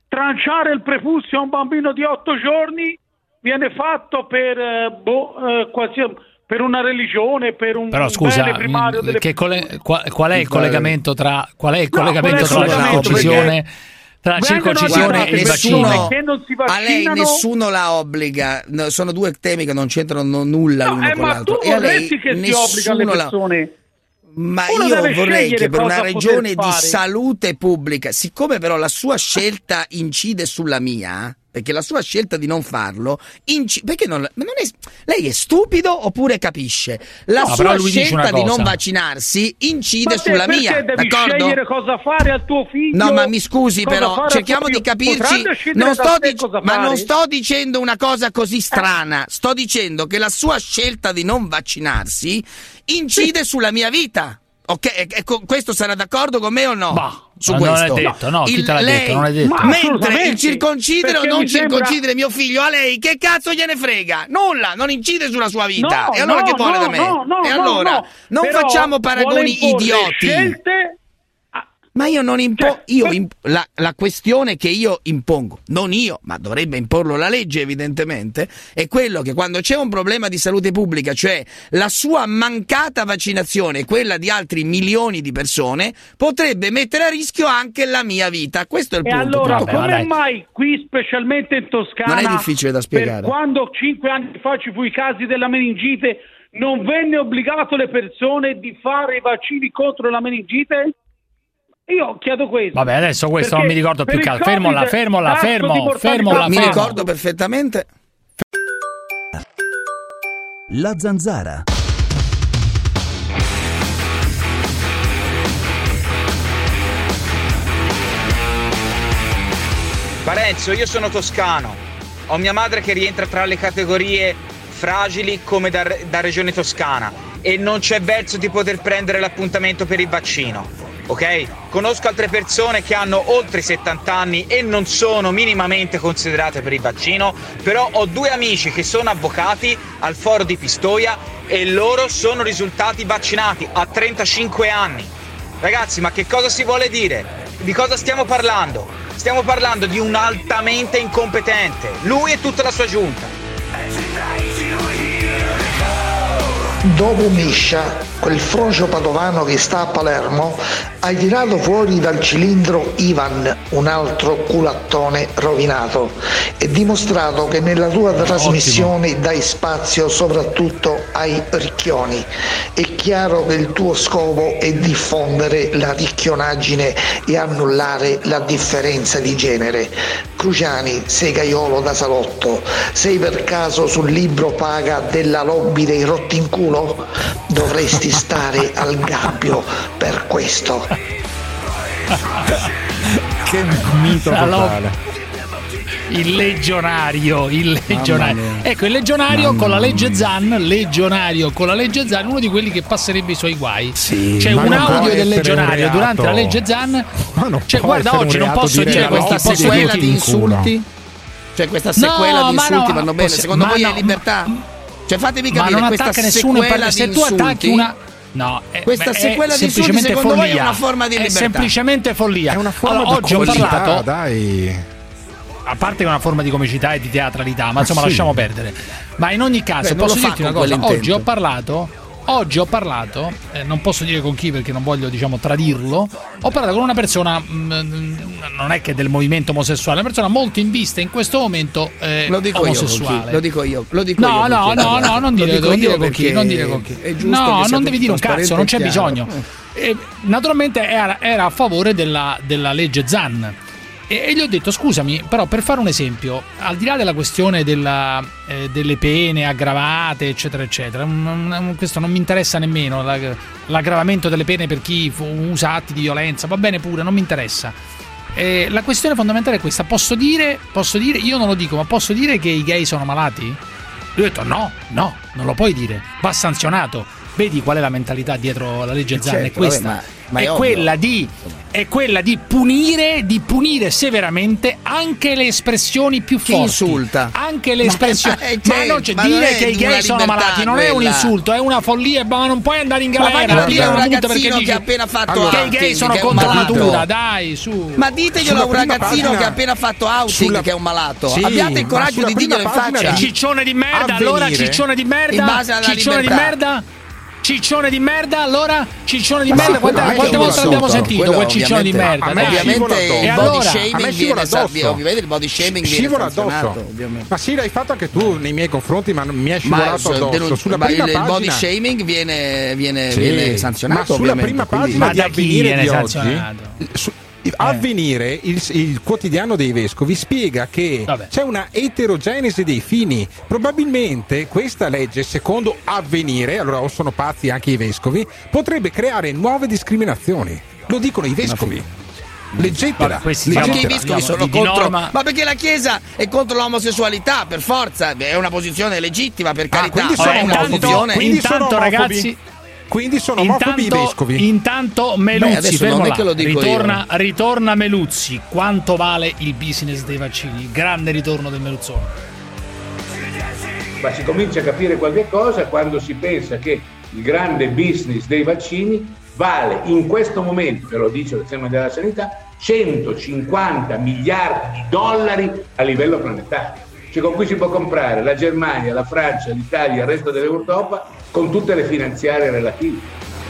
tranciare il prepuzio a un bambino di 8 giorni viene fatto per una religione, per un però scusa, bene primario delle qual è il collegamento tra la circoncisione? Tra circoncisione e il vaccino? A lei nessuno la obbliga, sono due temi che non c'entrano nulla l'uno con l'altro. E a lei che si obbliga alle persone. Ma io vorrei che per una ragione di salute pubblica, siccome però la sua scelta incide sulla mia, perché la sua scelta di non farlo perché lei è stupido oppure capisce? La sua scelta di non vaccinarsi incide sulla mia, devi d'accordo? Scegliere cosa fare al tuo figlio. No, ma mi scusi, però cerchiamo di capirci. Non sto dicendo una cosa così strana. Sto dicendo che la sua scelta di non vaccinarsi incide sulla mia vita. Ok, questo sarà d'accordo con me o no? Su questo. Non è detto, no, chi te l'ha detto? Non è detto. Mentre il circoncidere o non circoncidere mio figlio, a lei che cazzo gliene frega? Nulla, non incide sulla sua vita. E allora che vuole da me? E allora non facciamo paragoni idioti. Ma io non impongo, la questione che io impongo, non io, ma dovrebbe imporlo la legge evidentemente, è quello che quando c'è un problema di salute pubblica, cioè la sua mancata vaccinazione e quella di altri milioni di persone, potrebbe mettere a rischio anche la mia vita. Questo è il punto. E allora, come mai qui, specialmente in Toscana, non è difficile da spiegare. Quando 5 anni fa ci fu i casi della meningite, non venne obbligato le persone di fare i vaccini contro la meningite? Io chiedo questo. Vabbè, adesso questo non mi ricordo più che altro. Fermola. Mi ricordo perfettamente. La Zanzara. Parenzo, io sono toscano. Ho mia madre che rientra tra le categorie fragili come da regione toscana e non c'è verso di poter prendere l'appuntamento per il vaccino. Ok? Conosco altre persone che hanno oltre i 70 anni e non sono minimamente considerate per il vaccino, però ho 2 amici che sono avvocati al Foro di Pistoia e loro sono risultati vaccinati a 35 anni. Ragazzi, ma che cosa si vuole dire? Di cosa stiamo parlando? Stiamo parlando di un altamente incompetente, lui e tutta la sua giunta. Dopo Miscia, quel frocio padovano che sta a Palermo, hai tirato fuori dal cilindro Ivan, un altro culattone rovinato, e dimostrato che nella tua trasmissione dai spazio soprattutto ai ricchioni. È chiaro che il tuo scopo è diffondere la ricchionaggine e annullare la differenza di genere. Cruciani, sei gaiolo da salotto, sei per caso sul libro paga della lobby dei rotti in culo? Dovresti stare al gabbio per questo. Che mito totale. Il legionario. Ecco, il legionario con la legge Zan, uno di quelli che passerebbe i suoi guai. Sì, c'è un audio del legionario durante la legge Zan. Cioè, guarda, oggi non posso dire questa sequela di insulti. Cioè, questa sequela di insulti vanno bene. Secondo voi è libertà? Cioè, fatemi capire, ma non questa attacca nessuno sequela se di tu attacchi insulti, questa sequela di insulti secondo voi è una forma di libertà? È semplicemente follia. È una forma di oggi comicità, ho parlato, dai. A parte che è una forma di comicità e di teatralità, ma insomma lasciamo perdere. Ma in ogni caso posso dirti una cosa, oggi ho parlato, non posso dire con chi perché non voglio tradirlo. Ho parlato con una persona, non è che del movimento omosessuale, una persona molto in vista in questo momento omosessuale. Lo dico io. No, non dire con chi. Non devi dire un cazzo, non c'è bisogno. Naturalmente era a favore della legge Zan. E gli ho detto, scusami, però per fare un esempio, al di là della questione delle pene aggravate, eccetera, eccetera, questo non mi interessa nemmeno, l'aggravamento delle pene per chi usa atti di violenza, va bene pure, non mi interessa. La questione fondamentale è questa, posso dire, io non lo dico, ma posso dire che i gay sono malati? Lui ha detto no, non lo puoi dire, va sanzionato. Vedi qual è la mentalità dietro la legge Zan? Certo, è questa, vabbè, ma è quella di punire severamente anche le espressioni più forti. Chi insulta? Anche le espressioni. Ma non c'è dire che i gay sono malati, non è un insulto, è una follia, ma non puoi andare in galera. Ma un ragazzino che ha appena fatto che i gay sono contro la natura, dai, su. Ma diteglielo a un ragazzino che ha appena fatto outing che è un malato. Sì, abbiate il coraggio di dirglielo in faccia. Ciccione di merda, allora ciccione di merda, ciccione di merda. Ciccione di merda, allora ciccione di merda, quante volte l'abbiamo sentito quel ciccione di merda? Ovviamente il body shaming viene addosso. Ovviamente il body shaming scivola addosso. Ma sì, l'hai fatto anche tu nei miei confronti, ma mi è scivolato addosso. Sulla prima pagina il body shaming viene sanzionato. Ma sulla prima pagina di Avvenire di oggi, Avvenire, il quotidiano dei vescovi, spiega che c'è una eterogenesi dei fini. Probabilmente questa legge, secondo Avvenire, allora o sono pazzi anche i vescovi, potrebbe creare nuove discriminazioni. Lo dicono i vescovi. Leggetela. Perché i vescovi sono contro, ma perché la Chiesa è contro l'omosessualità, per forza, è una posizione legittima, per carità. Intanto ragazzi, quindi sono omofobi i vescovi. Intanto Meluzzi, ritorna Meluzzi. Quanto vale il business dei vaccini? Il grande ritorno del Meluzzone. Ma si comincia a capire qualche cosa quando si pensa che il grande business dei vaccini vale in questo momento, ve lo dice il sistema della sanità, 150 miliardi di dollari a livello planetario. Cioè con cui si può comprare la Germania, la Francia, l'Italia, il resto dell'Europa con tutte le finanziarie relative.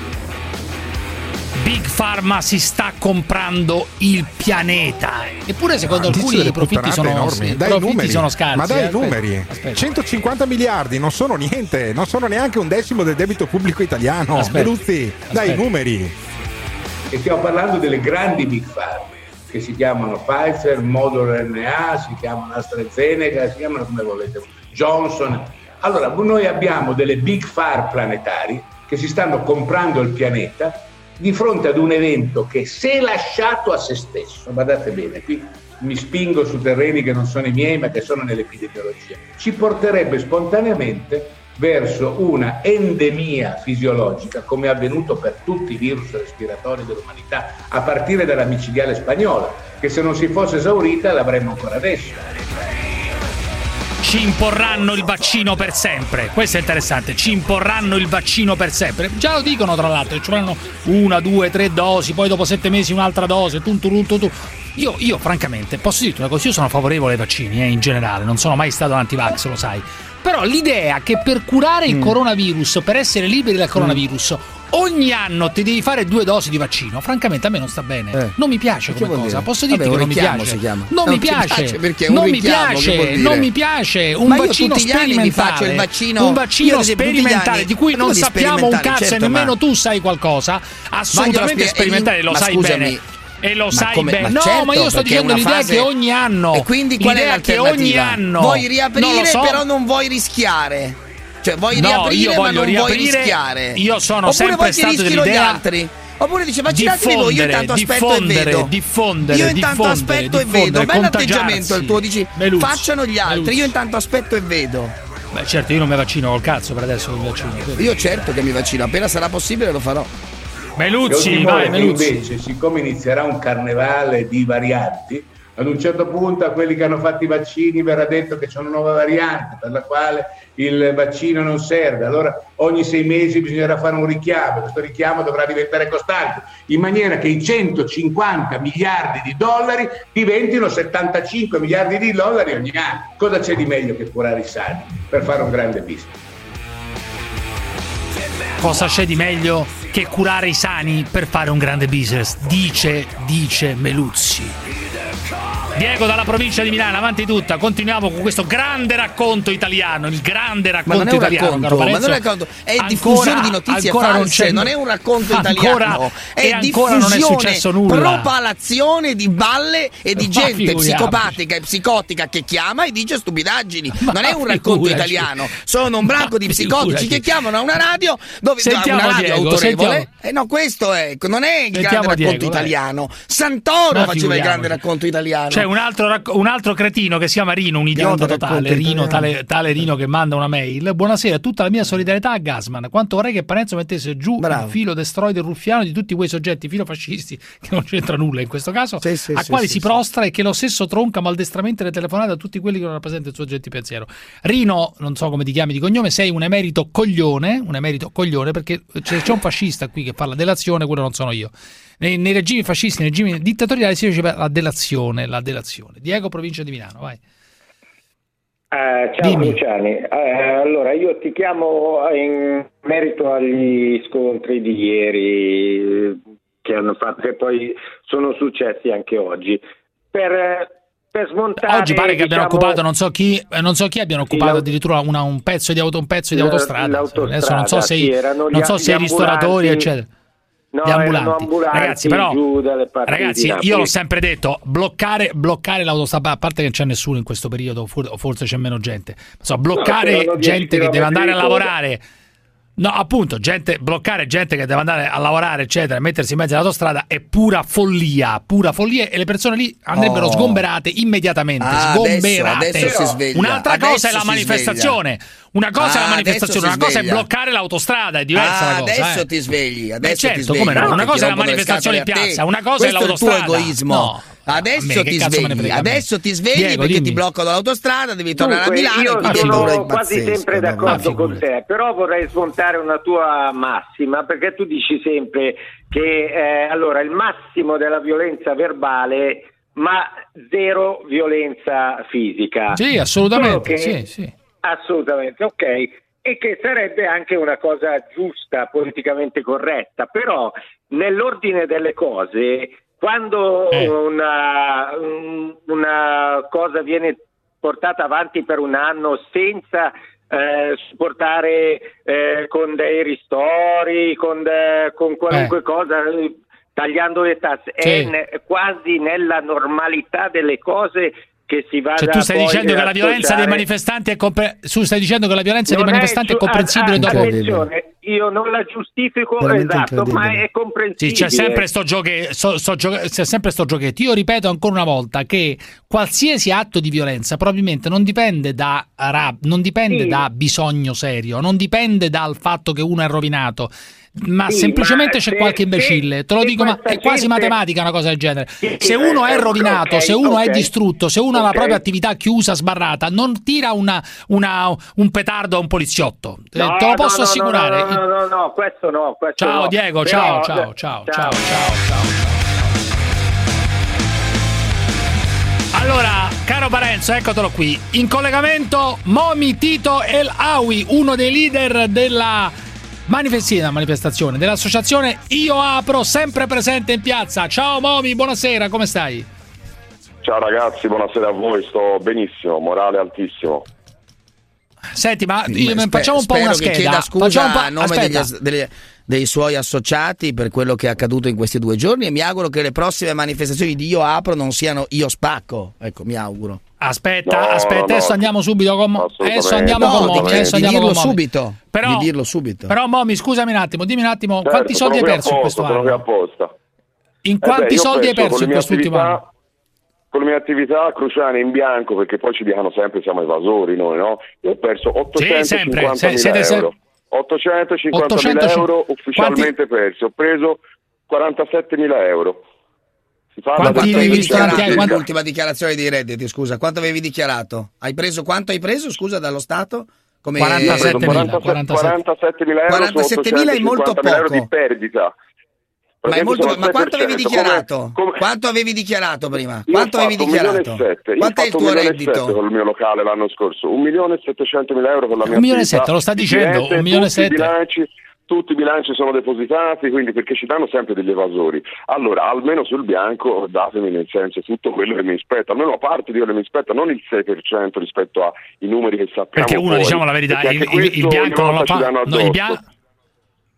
Big Pharma si sta comprando il pianeta. Eppure secondo alcuni i profitti sono enormi. Sono scarsi. Ma dai numeri. 150 miliardi non sono niente, non sono neanche un decimo del debito pubblico italiano. Meluzzi, dai numeri. E stiamo parlando delle grandi Big Pharma, che si chiamano Pfizer, Moderna, si chiamano AstraZeneca, si chiamano come volete, Johnson. Allora, noi abbiamo delle big pharma planetari che si stanno comprando il pianeta di fronte ad un evento che, se lasciato a se stesso, guardate bene, qui mi spingo su terreni che non sono i miei ma che sono nell'epidemiologia, ci porterebbe spontaneamente verso una endemia fisiologica, come è avvenuto per tutti i virus respiratori dell'umanità, a partire dalla micidiale spagnola, che se non si fosse esaurita l'avremmo ancora adesso. Ci imporranno il vaccino per sempre. Questo è interessante. Ci imporranno il vaccino per sempre. Già lo dicono, tra l'altro, ci vorranno 1, 2, 3 dosi, poi dopo 7 mesi un'altra dose. Io francamente posso dirti una cosa, io sono favorevole ai vaccini in generale, non sono mai stato un anti-vax, lo sai. Però l'idea che per curare il coronavirus, per essere liberi dal coronavirus, ogni anno ti devi fare 2 dosi di vaccino, francamente a me non sta bene. Non mi piace come cosa. Posso dirti che non mi piace. Non mi piace. Non mi piace un vaccino sperimentale. Un vaccino sperimentale di cui non sappiamo un cazzo e nemmeno tu sai qualcosa. Assolutamente sperimentale, lo sai bene. E lo sai bene. No, ma io sto dicendo l'idea che ogni anno. E quindi qual è l'alternativa? Che ogni anno vuoi riaprire, però non vuoi rischiare. Cioè vuoi riaprire, ma non vuoi rischiare. Io sono sempre stato dell'idea. Oppure dice vaccinatevi voi, io intanto aspetto e vedo. Io intanto aspetto e vedo. Bello atteggiamento il tuo, dici facciano gli altri, io intanto aspetto e vedo. Beh, certo, io non mi vaccino col cazzo per adesso mi vaccino. Io certo che mi vaccino, appena sarà possibile lo farò. Meluzzi, vai Meluzzi. Invece, siccome inizierà un carnevale di varianti, ad un certo punto a quelli che hanno fatto i vaccini verrà detto che c'è una nuova variante per la quale il vaccino non serve. Allora ogni 6 mesi bisognerà fare un richiamo, questo richiamo dovrà diventare costante, in maniera che i 150 miliardi di dollari diventino 75 miliardi di dollari ogni anno. Cosa c'è di meglio che curare i sani per fare un grande business? Cosa c'è di meglio che curare i sani per fare un grande business? Dice Meluzzi. Diego dalla provincia di Milano, avanti tutta, continuiamo con questo grande racconto italiano, il grande racconto italiano. Ma non è un racconto, è diffusione di notizie false, non è un racconto italiano, è diffusione, propalazione di balle e di gente psicopatica e psicotica che chiama e dice stupidaggini. Non è un racconto italiano, sono un branco di psicotici che chiamano a una radio dove una radio autorevole. No, questo è, non è il grande racconto italiano. Santoro faceva il grande racconto italiano. C'è un altro cretino che si chiama Rino, un idiota totale, Rino, tale Rino che manda una mail. Buonasera, tutta la mia solidarietà a Gassman. Quanto vorrei che Parenzo mettesse giù il filo destroide ruffiano di tutti quei soggetti filofascisti, che non c'entra nulla in questo caso, quali si prostra e che lo stesso tronca maldestramente le telefonate a tutti quelli che non rappresentano il suo oggetto di pensiero. Rino, non so come ti chiami di cognome, sei un emerito coglione, perché c'è un fascista qui che fa la delazione, quello non sono io. Nei regimi fascisti, nei regimi dittatoriali si dice la delazione. Diego, provincia di Milano, vai. Ciao Luciani, allora io ti chiamo in merito agli scontri di ieri che hanno fatto, che poi sono successi anche oggi. Per smontare, oggi pare che abbiano occupato non so chi abbiano occupato addirittura un pezzo di autostrada. Adesso non so se i ristoratori eccetera. No, gli ambulanti. Ragazzi, io l'ho sempre detto, bloccare l'autostrada, a parte che non c'è nessuno in questo periodo, forse c'è meno gente, bloccare gente che deve andare a lavorare. No, appunto, bloccare gente che deve andare a lavorare, eccetera, mettersi in mezzo all'autostrada è pura follia, e le persone lì andrebbero sgomberate immediatamente, adesso si sveglia. Un'altra cosa è la manifestazione. Una cosa è la manifestazione, una cosa è bloccare l'autostrada, è diversa la cosa. Adesso ti svegli, ti svegli. Come no? Una cosa è la manifestazione in piazza, una cosa è l'autostrada. Questo è il tuo egoismo. No. Adesso ti svegli Diego, perché ti bloccano l'autostrada, devi tornare a Milano. Io sono quasi sempre d'accordo con te, però vorrei smontare una tua massima, perché tu dici sempre che allora il massimo della violenza verbale, ma zero violenza fisica. Sì, assolutamente, sì. Assolutamente, ok. E che sarebbe anche una cosa giusta, politicamente corretta, però nell'ordine delle cose, quando una cosa viene portata avanti per un anno senza supportare con dei ristori, con qualunque cosa, tagliando le tasse, è quasi nella normalità delle cose che si vada. Cioè tu stai dicendo che la violenza dei manifestanti è comprensibile dopo. Attenzione, io non la giustifico, ma è comprensibile. Sì, c'è sempre sto giochetto. Io ripeto ancora una volta che qualsiasi atto di violenza probabilmente non dipende da bisogno serio, non dipende dal fatto che uno è rovinato, ma semplicemente c'è qualche imbecille, te lo dico, ma è quasi matematica una cosa del genere. Se uno è rovinato, se uno è distrutto, se uno ha la propria attività chiusa, sbarrata, non tira un petardo a un poliziotto, te lo posso assicurare. No, questo no. Ciao no. Diego, ciao. Allora, caro Parenzo, eccotelo qui. In collegamento Momi Tito El Awi, uno dei leader della manifestazione dell'associazione Io Apro, sempre presente in piazza. Ciao Momi, buonasera, come stai? Ciao ragazzi, buonasera a voi, sto benissimo, morale altissimo. Senti, ma facciamo un po' una scheda. Che chieda scusa a nome dei suoi associati per quello che è accaduto in questi 2 giorni, e mi auguro che le prossime manifestazioni di Io Apro non siano Io Spacco. Ecco, mi auguro. Aspetta, adesso andiamo subito con Momi. Subito. Però, di dirlo subito. Però Momi, scusami un attimo, dimmi un attimo, quanti soldi hai perso in questo anno? In quanti soldi hai perso in quest'ultimo anno? Con le mie attività, Cruciani in bianco, perché poi ci dicono sempre siamo evasori noi, no? Io ho perso 850.000 euro. 850.000 euro ufficialmente persi, ho preso 47.000 euro. Quanto avevi dichiarato l'ultima dichiarazione dei redditi, scusa? Quanto avevi dichiarato? Quanto hai preso, scusa, dallo Stato? 47.000 euro. 47.000 è molto poco. Euro di perdita. Ma quanto avevi dichiarato? Quanto avevi dichiarato prima? Quanto avevi dichiarato? Quanto è il tuo reddito? Con il mio locale l'anno scorso 1.700.000 euro con la mia 1.700.000, lo sta dicendo, 1.700.000. Tutti i bilanci sono depositati, quindi perché ci danno sempre degli evasori. Allora, almeno sul bianco datemi, nel senso, tutto quello che mi spetta, almeno a parte di quello che mi spetta, non il 6% rispetto ai numeri che sappiamo. Perché uno, diciamo la verità, il bianco non lo fa.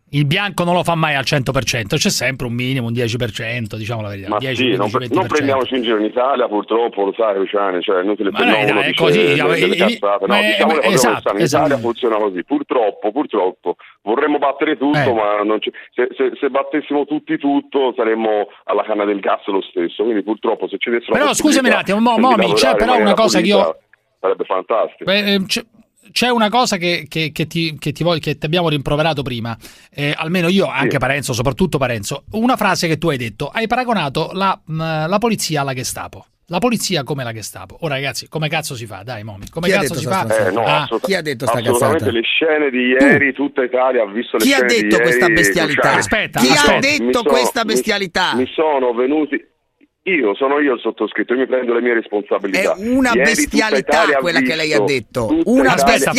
Il bianco non lo fa mai al 100%, c'è sempre un minimo, un 10%, diciamo la verità. Ma 10, sì, 15, non prendiamoci in giro in Italia, purtroppo, lo sai, Luciano, cioè non te le prendiamo, è così, cazzate, no, diciamo le cose come stanno. In Italia funziona così, purtroppo, vorremmo battere tutto, ma non se battessimo tutti tutto saremmo alla canna del gas lo stesso, quindi purtroppo se ci dessero però scusami un attimo, Momi, c'è però una cosa che io... Sarebbe fantastico. C'è una cosa che ti abbiamo rimproverato prima, almeno io, anche Parenzo, soprattutto Parenzo, una frase che tu hai detto, hai paragonato la polizia alla Gestapo. La polizia come la Gestapo. Ora ragazzi, come cazzo si fa? Dai Momi, come cazzo si fa? Chi ha detto sta cazzata? Le scene di ieri, tutta Italia ha visto le scene di ieri. Chi ha detto questa bestialità? Aspetta. Ha detto questa bestialità? Mi sono venuti... Sono io il sottoscritto, io mi prendo le mie responsabilità. È una bestialità quella che lei ha detto. Aspetta,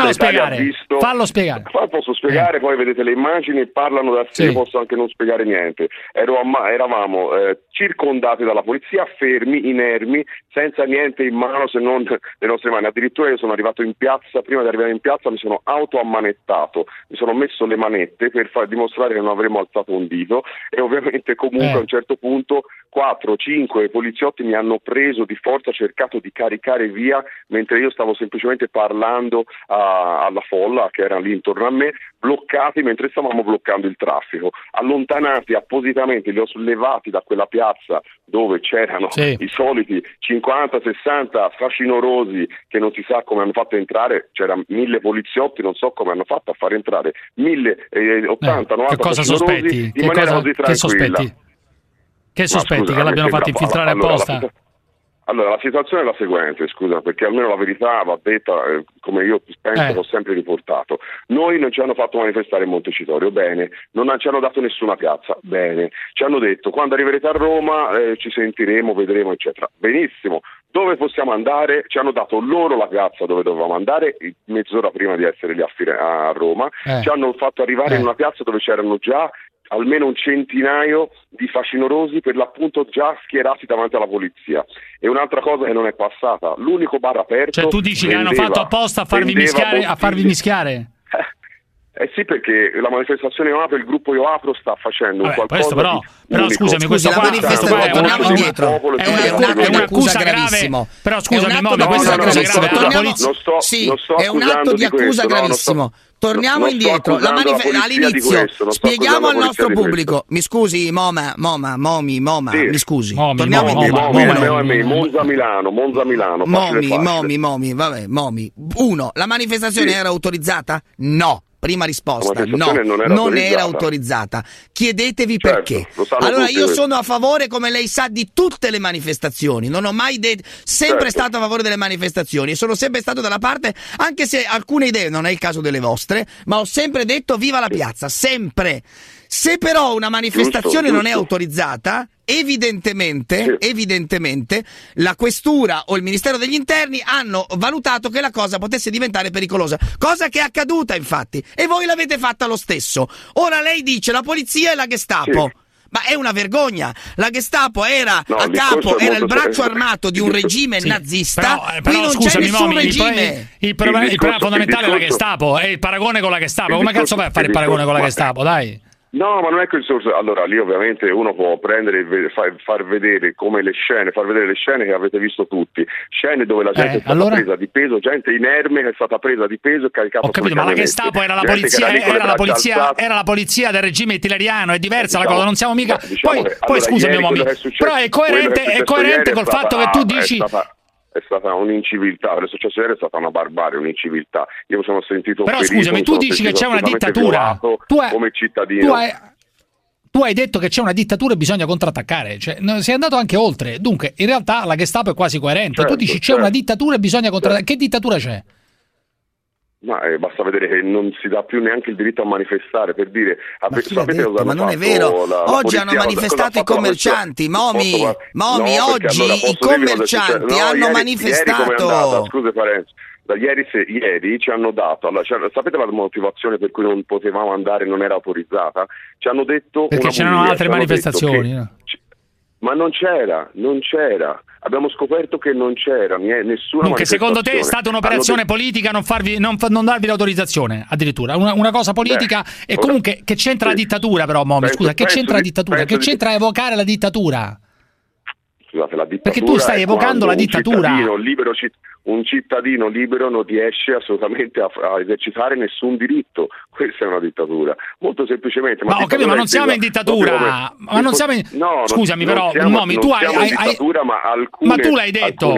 fallo spiegare. Posso spiegare, poi vedete le immagini, parlano da sé, posso anche non spiegare niente. Eravamo circondati dalla polizia, fermi, inermi, senza niente in mano se non le nostre mani. Addirittura io sono arrivato in piazza, prima di arrivare in piazza mi sono autoammanettato, mi sono messo le manette per far dimostrare che non avremmo alzato un dito, e ovviamente comunque a un certo punto 4-5 poliziotti mi hanno preso di forza, cercato di caricare via, mentre io stavo semplicemente parlando alla folla che era lì intorno a me, bloccati mentre stavamo bloccando il traffico, allontanati appositamente, li ho sollevati da quella piazza dove c'erano i soliti 50-60 facinorosi che non si sa come hanno fatto entrare, c'erano 1000 poliziotti, non so come hanno fatto a far entrare 80-90 facinorosi in maniera così tranquilla. Che sospetti? Che l'abbiano fatto infiltrare apposta? Allora, la situazione è la seguente, scusa, perché almeno la verità va detta come io penso, l'ho sempre riportato. Noi non ci hanno fatto manifestare in Montecitorio, bene, non ci hanno dato nessuna piazza, bene, ci hanno detto quando arriverete a Roma ci sentiremo, vedremo, eccetera, benissimo. Dove possiamo andare? Ci hanno dato loro la piazza dove dovevamo andare mezz'ora prima di essere lì a Roma, ci hanno fatto arrivare in una piazza dove c'erano già almeno un centinaio di facinorosi, per l'appunto già schierati davanti alla polizia. E un'altra cosa che non è passata, l'unico bar aperto... Cioè tu dici che hanno fatto apposta a farvi mischiare? Sì, perché la manifestazione Io Apro, il gruppo Io Apro sta facendo qualcosa però scusami, questo la manifestazione, torniamo indietro, è un'accusa gravissimo. Però scusami, questa è una accusa grave. È un atto di accusa gravissimo. Torniamo indietro, all'inizio spieghiamo al nostro pubblico. Mi scusi, Momi, mi scusi. Torniamo indietro. Monza Milano. Momi. Uno, la manifestazione era autorizzata? No. Prima risposta, no, non era autorizzata. Chiedetevi perché. Allora io sono a favore, come lei sa, di tutte le manifestazioni. Non ho mai sempre stato a favore delle manifestazioni e sono sempre stato dalla parte, anche se alcune idee non è il caso delle vostre, ma ho sempre detto viva la piazza, sempre. Se però una manifestazione non è autorizzata, evidentemente la questura o il Ministero degli Interni hanno valutato che la cosa potesse diventare pericolosa, cosa che è accaduta infatti, e voi l'avete fatta lo stesso. Ora lei dice la polizia e la Gestapo. Ma è una vergogna. La Gestapo era era il braccio armato di un regime nazista. Qui non c'è nessun regime. Il problema fondamentale è la Gestapo, è il paragone con la Gestapo. Come cazzo vai a fare il paragone con la Gestapo? Dai. No, ma non è quel discorso. Allora, lì ovviamente uno può prendere e far vedere come le scene che avete visto tutti. Scene dove la gente è stata presa di peso, gente inerme che è stata presa di peso e caricata. Ho capito, ma la Gestapo era la polizia del regime hitleriano, è diversa la cosa, non siamo mica. Poi scusami, però è coerente col fatto che tu dici. È stata un'inciviltà, è successo ieri, è stata una barbarie, un'inciviltà. Io mi sono sentito però scusami, tu dici che c'è una dittatura come cittadino. Tu hai detto che c'è una dittatura e bisogna contrattaccare, cioè sei andato anche oltre. Dunque, in realtà la Gestapo è quasi coerente. Tu dici c'è una dittatura e bisogna contrattaccare. Che dittatura c'è? Ma basta vedere che non si dà più neanche il diritto a manifestare, per dire sapete cosa ma non è vero, oggi hanno manifestato i commercianti, Momi, oggi i commercianti hanno manifestato. Scusa Parenzo, ieri ci hanno dato, sapete la motivazione per cui non potevamo andare, non era autorizzata? Ci hanno detto perché c'erano altre manifestazioni. Ma non c'era. Abbiamo scoperto che non c'era nessuna. Dunque, secondo te è stata un'operazione politica non darvi l'autorizzazione, addirittura? Una cosa politica e comunque che c'entra la dittatura, però, Momi, scusa, che c'entra la dittatura? Che c'entra evocare la dittatura? Scusate, la dittatura. Perché tu stai evocando la dittatura. Un cittadino libero non riesce assolutamente a esercitare nessun diritto. Questa è una dittatura. Molto semplicemente. Ma ho capito, ma non siamo in dittatura. Ma non siamo in... No, scusami, non però, siamo, Momi, non tu siamo hai... in dittatura, ma alcune... Ma tu l'hai detto.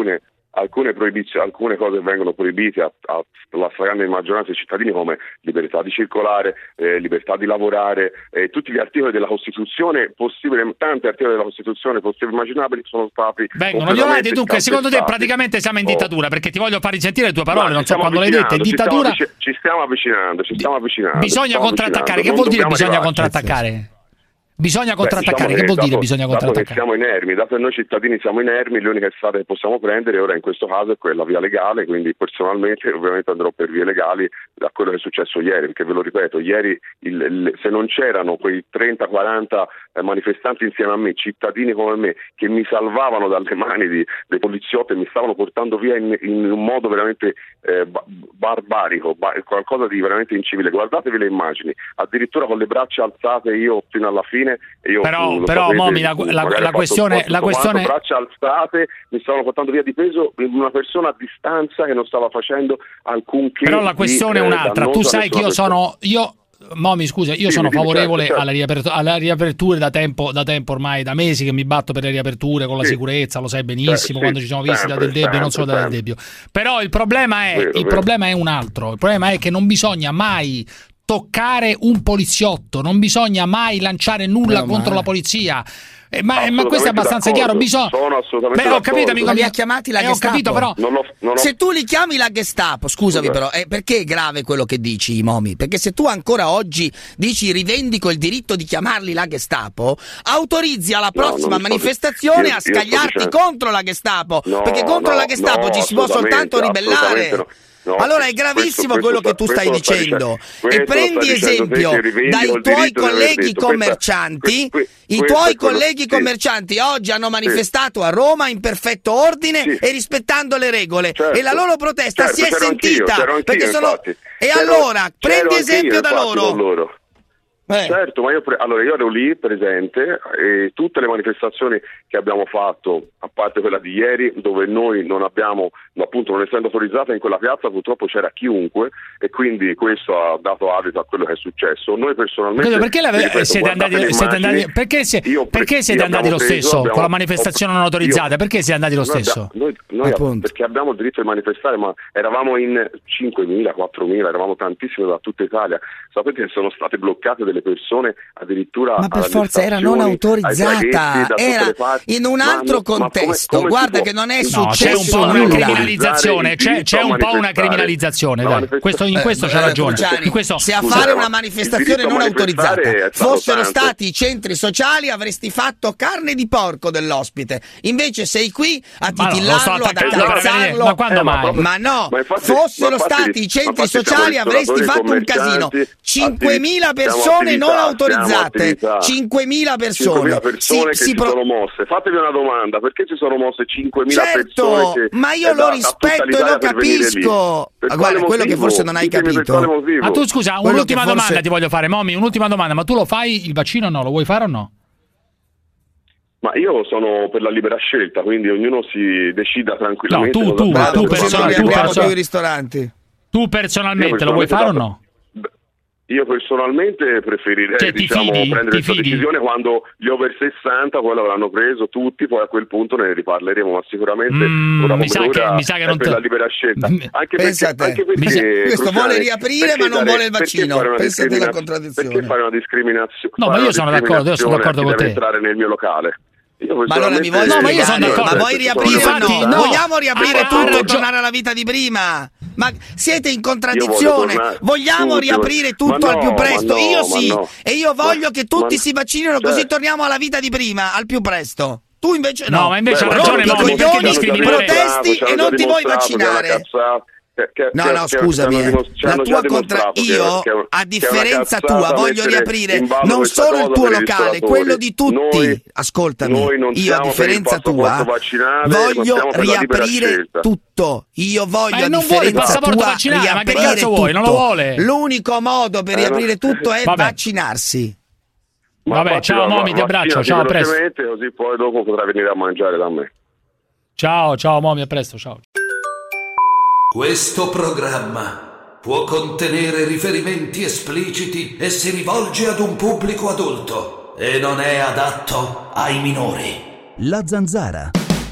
Alcune cose vengono proibite alla stragrande maggioranza dei cittadini, come libertà di circolare, libertà di lavorare, tutti gli articoli della Costituzione possibili, tanti articoli della Costituzione possibili e immaginabili sono stati vengono violati. Dunque, secondo te praticamente siamo in dittatura, perché ti voglio far risentire le tue parole, non so quando le hai dette. Dittatura. Ci stiamo avvicinando. Bisogna contrattaccare. Che vuol dire bisogna contrattaccare? Bisogna contrattaccare, che vuol dire bisogna contrattaccare? Dato che siamo inermi, dato che noi cittadini siamo inermi, l'unica strada che possiamo prendere ora in questo caso è quella via legale, quindi personalmente ovviamente andrò per vie legali da quello che è successo ieri, perché ve lo ripeto, ieri se non c'erano quei 30-40 manifestanti insieme a me, cittadini come me, che mi salvavano dalle mani dei poliziotti e mi stavano portando via in un modo veramente barbarico, qualcosa di veramente incivile, guardatevi le immagini, addirittura con le braccia alzate io fino alla fine. Però Momi, la questione braccia alzate, mi stavano portando via di peso una persona a distanza che non stava facendo alcunché. Però la questione è un'altra. Tu sai che Momi, scusa, io sono favorevole certo. alla riapertura da tempo ormai, da mesi che mi batto per le riaperture con la sicurezza, lo sai benissimo, quando ci siamo visti da Del Debbio, non solo da Del Debbio. Però il problema è un altro. Il problema è che non bisogna mai toccare un poliziotto, non bisogna mai lanciare nulla contro la polizia. Ma questo è abbastanza chiaro. Sono assolutamente ho capito, amico, li ha chiamati la Gestapo. Ho capito, però se tu li chiami la Gestapo, scusami, però perché è grave quello che dici, Momi? Perché se tu ancora oggi dici rivendico il diritto di chiamarli la Gestapo, autorizzi alla prossima manifestazione a scagliarti contro la Gestapo, perché contro la Gestapo ci si può soltanto ribellare. Allora è gravissimo quello che tu stai dicendo. E prendi esempio dai tuoi colleghi commercianti. I tuoi colleghi commercianti oggi hanno manifestato a Roma in perfetto ordine e rispettando le regole, e la loro protesta si è sentita perché sono. E allora prendi esempio da loro. Certo, ma io ero lì presente e tutte le manifestazioni che abbiamo fatto, a parte quella di ieri, dove noi non essendo autorizzata in quella piazza, purtroppo c'era chiunque, e quindi questo ha dato adito a quello che è successo. Noi personalmente perché siete andati lo stesso con la manifestazione non autorizzata? Perché siete andati lo stesso? Perché abbiamo il diritto di manifestare, ma eravamo in 5.000, 4.000, eravamo tantissimi da tutta Italia. Sapete che sono state bloccate delle persone addirittura, ma per forza era non autorizzata, era in un altro contesto. Guarda che non è successo c'è un po' una criminalizzaone, dai. In questo c'ha ragione. Se a fare una manifestazione non autorizzata fossero stati i centri sociali, avresti fatto carne di porco dell'ospite. Invece sei qui a titillarlo, ad accarezzarlo. Ma quando mai? Ma no, fossero stati i centri sociali avresti fatto un casino. 5.000 persone non autorizzate, 5.000 persone. 5.000 persone si sono mosse. Fatevi una domanda: perché si sono mosse 5.000 persone? Ma io lo rispetto e lo capisco. Guarda, quello che forse non hai capito. Ma tu scusa, un'ultima domanda ti voglio fare, Momi, un'ultima domanda, ma tu lo fai il vaccino o no? Lo vuoi fare o no? Ma io sono per la libera scelta, quindi ognuno si decida tranquillamente. No, tu personalmente, i ristoranti. Tu personalmente lo vuoi fare o no? Io personalmente preferirei prendere questa decisione quando gli over 60 poi l'avranno preso tutti, poi a quel punto ne riparleremo, ma sicuramente mi sa che non per la libera scelta. Anche perché questo vuole riaprire ma non vuole il vaccino. Pensate alla contraddizione. Perché fare una discriminazione? No, ma io sono d'accordo con te. Deve entrare nel mio locale. Ma allora mi vuoi ma vuoi riaprire o no? Vogliamo riaprire tutto e tornare alla vita di prima? Ma siete in contraddizione. Vogliamo riaprire tutto al più presto? Io sì. E io voglio che tutti si vaccinino, così torniamo alla vita di prima al più presto. Tu invece no. No, ma invece ha ragione, protesti e non ti vuoi vaccinare. scusami, la tua io a differenza tua voglio riaprire non solo il tuo locale, quello di tutti. Ascoltami, io a differenza tua voglio riaprire tutto. Io voglio a differenza tua riaprire tutto. Non lo vuole. L'unico modo per riaprire tutto è vaccinarsi. Vabbè, ciao Momi, ti abbraccio, ciao, a presto. Così poi dopo potrà venire a mangiare da me. Ciao Momi, a presto, ciao. Questo programma può contenere riferimenti espliciti e si rivolge ad un pubblico adulto e non è adatto ai minori. La Zanzara.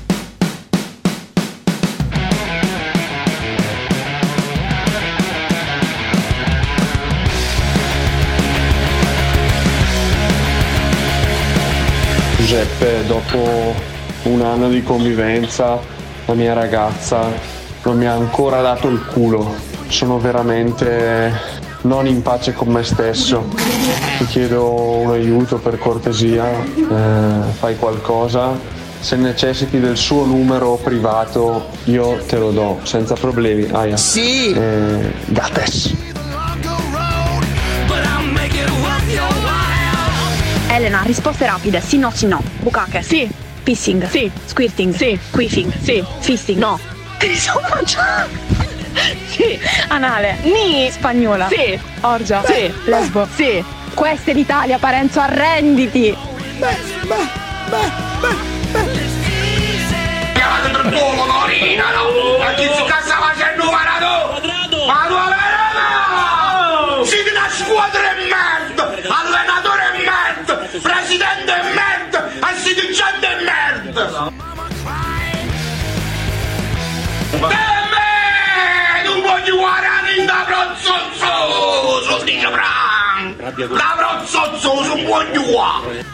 Giuseppe, dopo un anno di convivenza, la mia ragazza non mi ha ancora dato il culo. Sono veramente non in pace con me stesso. Ti chiedo un aiuto, per cortesia, fai qualcosa. Se necessiti del suo numero privato io te lo do senza problemi. Aia. Sì. Gates. Elena, risposte rapide, sì no. Bucache, sì. Pissing, sì. Squirting, sì. Queefing, sì. Fisting, no. Sì. Anale, ni. Spagnola, sì. Orgia, sì. Lesbo, sì. Questa è l'Italia, Parenzo, arrenditi. Chiamate per culo, Norina, no? Ma chi si cazza facendo quadrato? Ma dove no? Siete una squadra e merda, allenatore e merda, presidente e merda, assistente e merda. Non voglio guardare in da brozzozzo, dice Bran. Da brozzozzo, non voglio guardare.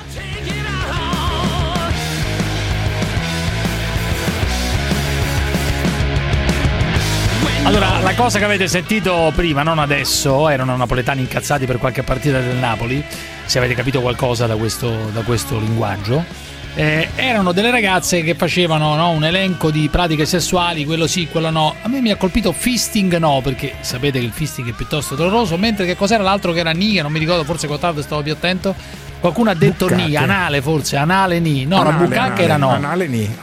Allora, la cosa che avete sentito prima, non adesso, erano napoletani incazzati per qualche partita del Napoli, se avete capito qualcosa da questo linguaggio. Erano delle ragazze che facevano, no, un elenco di pratiche sessuali, quello sì, quello no. A me mi ha colpito fisting no, perché sapete che il fisting è piuttosto doloroso, mentre che cos'era l'altro che era ni, che non mi ricordo, forse Cottardo stavo più attento. Qualcuno ha detto bucate. Ni, anale forse, anale ni. No, la bucacca era no. Anale ni.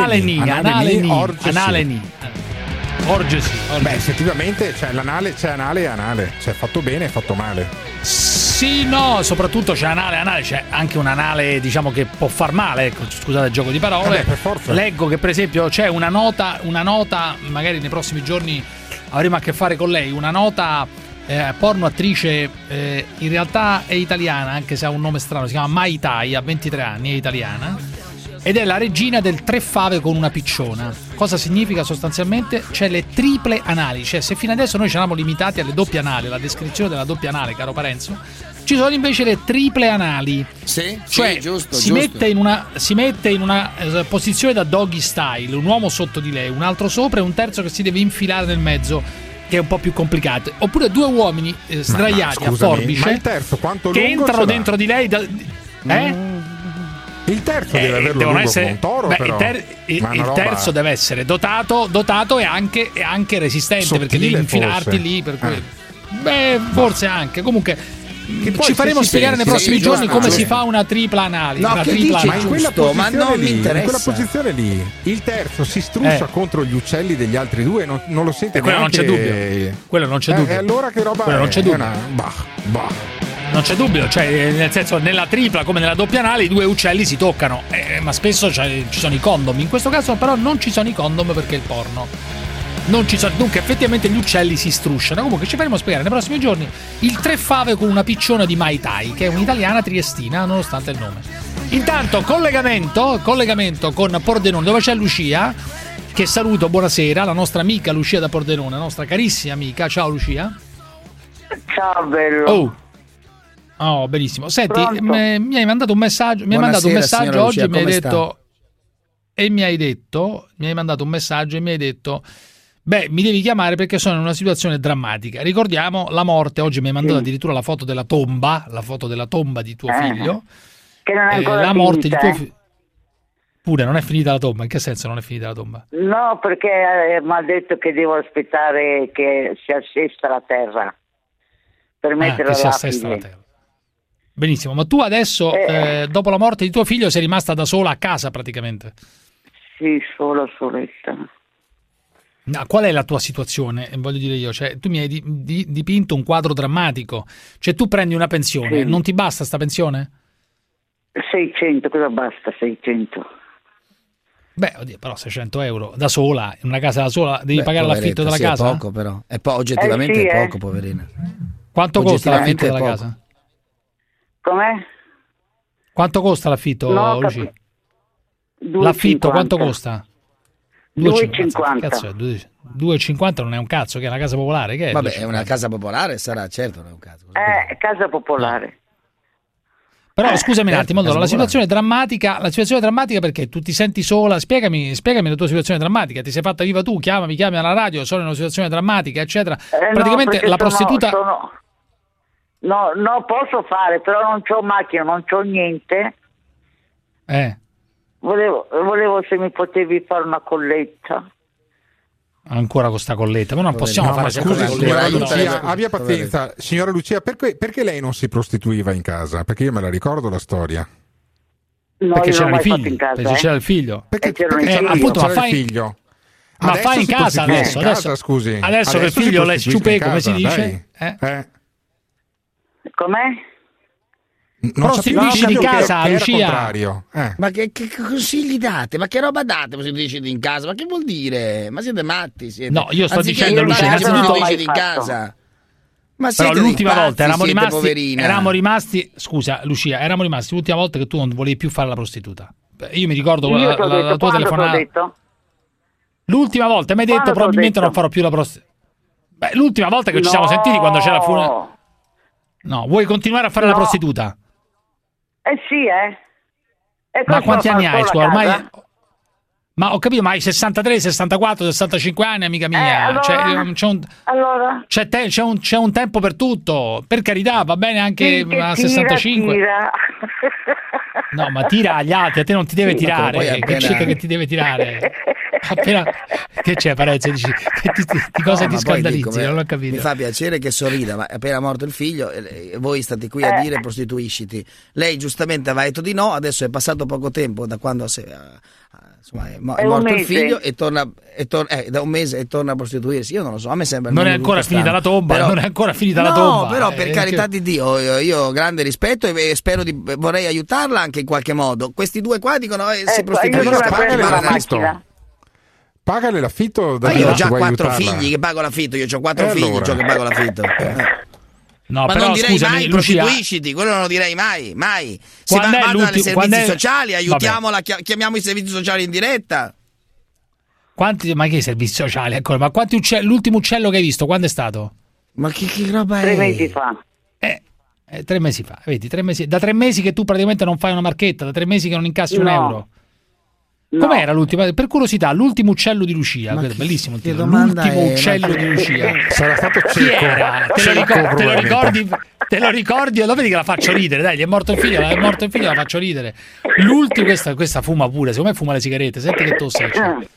Orge sì. Beh, effettivamente c'è l'anale, c'è anale e anale, c'è fatto bene e fatto male. Sì, no, soprattutto c'è anale, c'è anche un anale, diciamo, che può far male, ecco, scusate il gioco di parole. Per forza. Leggo che per esempio c'è una nota, magari nei prossimi giorni avremo a che fare con lei, una nota porno attrice, in realtà è italiana, anche se ha un nome strano, si chiama Mai Tai, ha 23 anni, è italiana. Ed è la regina del 3 fave con una picciona. Cosa significa sostanzialmente? C'è le triple anali. Cioè, se fino adesso noi ci eravamo limitati alle doppie anali, la descrizione della doppia anale, caro Parenzo, ci sono invece le triple anali. Sì, cioè, sì, giusto, si mette in una posizione da doggy style, un uomo sotto di lei, un altro sopra e un terzo che si deve infilare nel mezzo, che è un po' più complicato. Oppure due uomini sdraiati a forbice, ma il terzo quanto che lungo entrano dentro di lei Il terzo deve averlo lungo come un toro, però. Il terzo deve essere dotato e anche resistente, sottile, perché devi infilarti forse. Lì per forse anche. Comunque ci faremo spiegare nei prossimi giorni come si fa una tripla analisi. No, che dici, ma in quella posizione lì il terzo si struscia contro gli uccelli degli altri due, non lo sente neanche. Quello non c'è dubbio. E allora che roba quello è? Non c'è dubbio. Non c'è dubbio, cioè nel senso, nella tripla come nella doppia anale i due uccelli si toccano, ma spesso ci sono i condom. In questo caso però non ci sono i condom perché è il porno. Non ci sono, dunque effettivamente gli uccelli si strusciano. Comunque ci faremo spiegare nei prossimi giorni il 3 fave con una picciona di Mai Tai, che è un'italiana triestina nonostante il nome. Intanto collegamento con Pordenone, dove c'è Lucia, che saluto, buonasera, la nostra amica Lucia da Pordenone, la nostra carissima amica. Ciao Lucia. Ciao bello. Oh, benissimo. Senti, mi hai mandato un messaggio. Mi hai mandato un messaggio oggi. Mi hai mandato un messaggio e mi hai detto: beh, mi devi chiamare perché sono in una situazione drammatica. Ricordiamo la morte. Oggi mi hai mandato addirittura la foto della tomba di tuo figlio. Che non è ancora la morte di tuo figlio. Pure, non è finita la tomba? In che senso non è finita la tomba? No, perché mi ha detto che devo aspettare che si assesta la terra per mettere che si assesta la terra. Benissimo, ma tu adesso, dopo la morte di tuo figlio, sei rimasta da sola a casa praticamente? Sì, soletta. No, qual è la tua situazione? Voglio dire io, cioè, tu mi hai dipinto un quadro drammatico. Cioè, tu prendi una pensione, sì. Non ti basta sta pensione? 600, cosa basta 600? Beh, oddio, però 600 euro da sola, in una casa da sola, devi pagare l'affitto della casa? È poco però, oggettivamente è poco, poverina. Quanto costa l'affitto della casa? Com'è? Quanto costa l'affitto, Lucia? L'affitto quanto costa? 2,50. Cazzo, 2,50 non è un cazzo, che è una casa popolare? Che è? Vabbè, è una casa popolare, sarà, certo, non è un cazzo. Casa popolare. Però scusami un attimo, allora, la situazione è drammatica perché tu ti senti sola, spiegami la tua situazione drammatica, ti sei fatta viva tu, chiami alla radio, sono in una situazione drammatica, eccetera. Praticamente la prostituta... No, posso fare, però non c'ho macchina, non c'ho niente. Volevo se mi potevi fare una colletta. Ancora con sta colletta, ma non possiamo fare scusi, signora Lucia, abbia pazienza. Signora Lucia, perché lei non si prostituiva in casa? Perché io me la ricordo la storia. No, perché c'erano i figli, in casa, perché c'era il figlio. Perché appunto, ma fai il figlio. Ma fai in casa adesso, scusi. Adesso che il figlio le sciupè, come si dice? Com'è? Prostituisci di casa, Lucia. Ma che consigli date? Ma che roba date? Prostituisci in casa? Ma che vuol dire? Ma siete matti? Siete? No, io sto dicendo, Lucia, innanzitutto in casa. Ma però l'ultima volta eravamo rimasti. Scusa, Lucia, eravamo rimasti l'ultima volta che tu non volevi più fare la prostituta. Io mi ricordo la tua telefonata. L'ultima volta mi hai detto probabilmente non farò più la prostituta. Beh, l'ultima volta che ci siamo sentiti quando c'era il funerale. No, vuoi continuare a fare la prostituta? Sì, ma quanti anni hai, scusa? Ormai... Ma ho capito, ma hai 63, 64, 65 anni, amica mia. Allora? C'è un tempo per tutto. Per carità, va bene anche a 65. Tira. No, ma tira agli altri, a te non ti deve tirare. Che ti deve tirare? Appena... Che c'è, Parezza? Dici, di cosa ti scandalizzi? Non l'ho capito. Mi fa piacere che sorrida, ma appena morto il figlio, voi state qui a dire prostituisciti. Lei giustamente aveva detto di no, adesso è passato poco tempo da quando è morto il figlio e torna da un mese e torna a prostituirsi. Io non lo so, a me sembra non è ancora finita la tomba, però, non è ancora finita la tomba. No, però per carità di Dio, io ho grande rispetto e spero vorrei aiutarla anche in qualche modo. Questi due qua dicono si prostituiscono. Pagale l'affitto da io ho già 4 figli che pago l'affitto, io ho 4 figli che pago l'affitto. No, ma però, non direi scusami, mai Lucia, prostituisciti, quello non lo direi mai. Si va dalle servizi sociali, aiutiamola, chiamiamo i servizi sociali in diretta. Ma che servizi sociali ancora? Ma quanti l'ultimo uccello che hai visto quando è stato? Ma che roba è? 3 mesi fa. 3 mesi fa, vedi, 3 mesi. Da 3 mesi che tu praticamente non fai una marchetta, da 3 mesi che non incassi un euro. No. Com'era l'ultima? Per curiosità, l'ultimo uccello di Lucia, bellissimo il titolo. L'ultimo uccello di Lucia. Sarà stato cieco. Te lo ricordi? Lo vedi che la faccio ridere, dai, è morto il figlio, la faccio ridere. L'ultimo, questa fuma pure, secondo me fuma le sigarette, senti che tosse.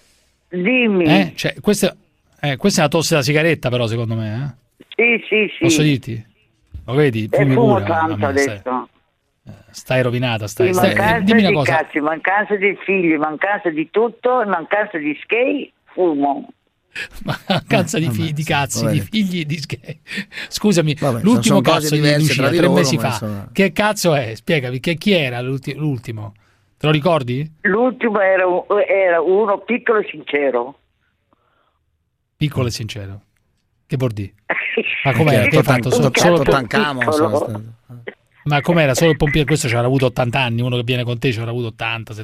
Dimmi. Cioè, questa è una tosse da sigaretta, però, secondo me. Sì. Posso dirti? Lo vedi? Fumi fumo pure. tanto adesso. Stai rovinata, Mancanza dimmi di una cosa. cazzi, mancanza di figli, mancanza di tutto, mancanza di skate, fumo. Mancanza di cazzi, di figli, di skate. Scusami, l'ultimo cazzo di Lucia 3 mesi fa. Che cazzo è? Spiegami, chi era l'ultimo? Te lo ricordi? L'ultimo era uno piccolo e sincero. Piccolo e sincero. Che vuol dire? Ma com'era? Che hai fatto? Solo Tancamo. Ma com'era? Solo il pompiere? Questo ci avrà avuto 80 anni, uno che viene con te ci avrà avuto 80,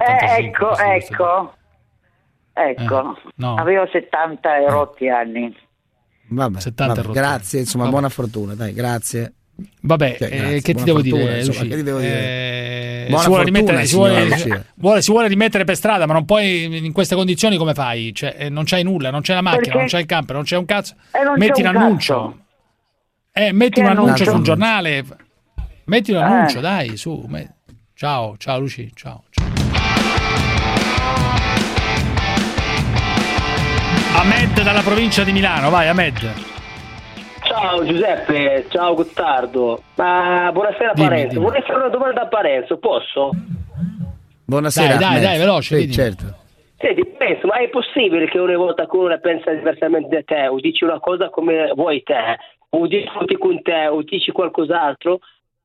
75. Ecco. No. Avevo 70 e rotti anni. Vabbè, grazie, insomma, buona fortuna, dai, grazie. Vabbè, che ti devo dire? Si vuole rimettere per strada, ma non puoi in queste condizioni, come fai? Cioè, non c'hai nulla, non c'è la macchina, non c'è il camper, non c'è un cazzo. Metti un annuncio. Metti un annuncio sul giornale. Metti un annuncio, dai, su. Ciao Luci, ciao. Ahmed dalla provincia di Milano, vai Ahmed. Ciao Giuseppe, ciao Gottardo. Buonasera Parenzo, vorrei fare una domanda a Parenzo, posso? Buonasera. Dai, veloce. Sì, certo. Senti, penso, ma è possibile che una volta che uno pensa diversamente da te, o dici una cosa come vuoi te, o discuti con te, o dici qualcos'altro,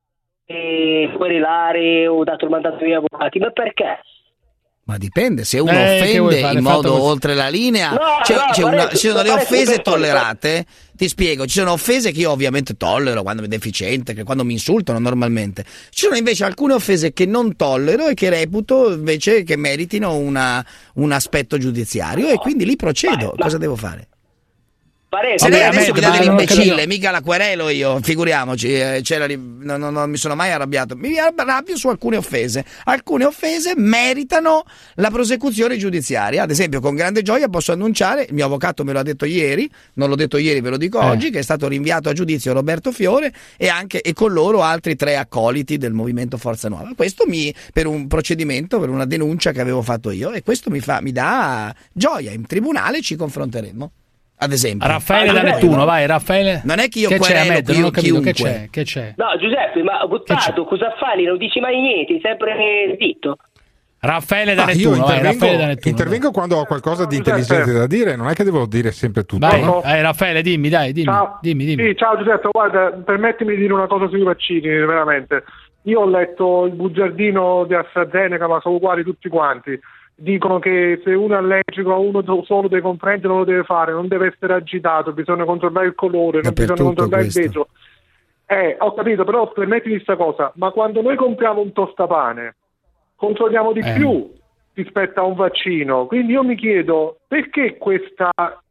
e puoi rilare o dato il mandato agli avvocati, ma perché? Ma dipende, se uno offende in modo oltre la linea, ci sono le offese tollerate. Ti spiego, ci sono offese che io ovviamente tollero quando mi è deficiente, che quando mi insultano normalmente. Ci sono invece alcune offese che non tollero e che reputo invece che meritino un aspetto giudiziario e quindi lì procedo. Cosa devo fare? Se lei adesso mi dà dell'imbecille, mica la querelo io, figuriamoci, non mi sono mai arrabbiato, mi arrabbio su alcune offese. Alcune offese meritano la prosecuzione giudiziaria. Ad esempio, con grande gioia posso annunciare, il mio avvocato me lo ha detto ieri, non l'ho detto ieri, ve lo dico oggi, che è stato rinviato a giudizio Roberto Fiore e con loro altri 3 accoliti del Movimento Forza Nuova. Questo per un procedimento, per una denuncia che avevo fatto io, e questo mi dà gioia. In tribunale ci confronteremo. Ad esempio Raffaele da Nettuno, vai Raffaele. Non è che io querelo chiunque. Che c'è? No Giuseppe, ma Gottardo cosa fai? Non dici mai niente, sempre zitto. Raffaele da Nettuno, intervengo quando ho qualcosa di intelligente da dire, non è che devo dire sempre tutto. Vai, Raffaele, dimmi. Ciao. Dimmi. Sì, ciao Giuseppe, guarda, permettimi di dire una cosa sui vaccini, veramente. Io ho letto il bugiardino di AstraZeneca, ma sono uguali tutti quanti. Dicono che se uno è allergico a uno solo dei componenti non lo deve fare, non deve essere agitato, bisogna controllare il colore, non bisogna controllare il vetro. Ho capito, però permettimi questa cosa, ma quando noi compriamo un tostapane controlliamo di più rispetto a un vaccino, quindi io mi chiedo perché questa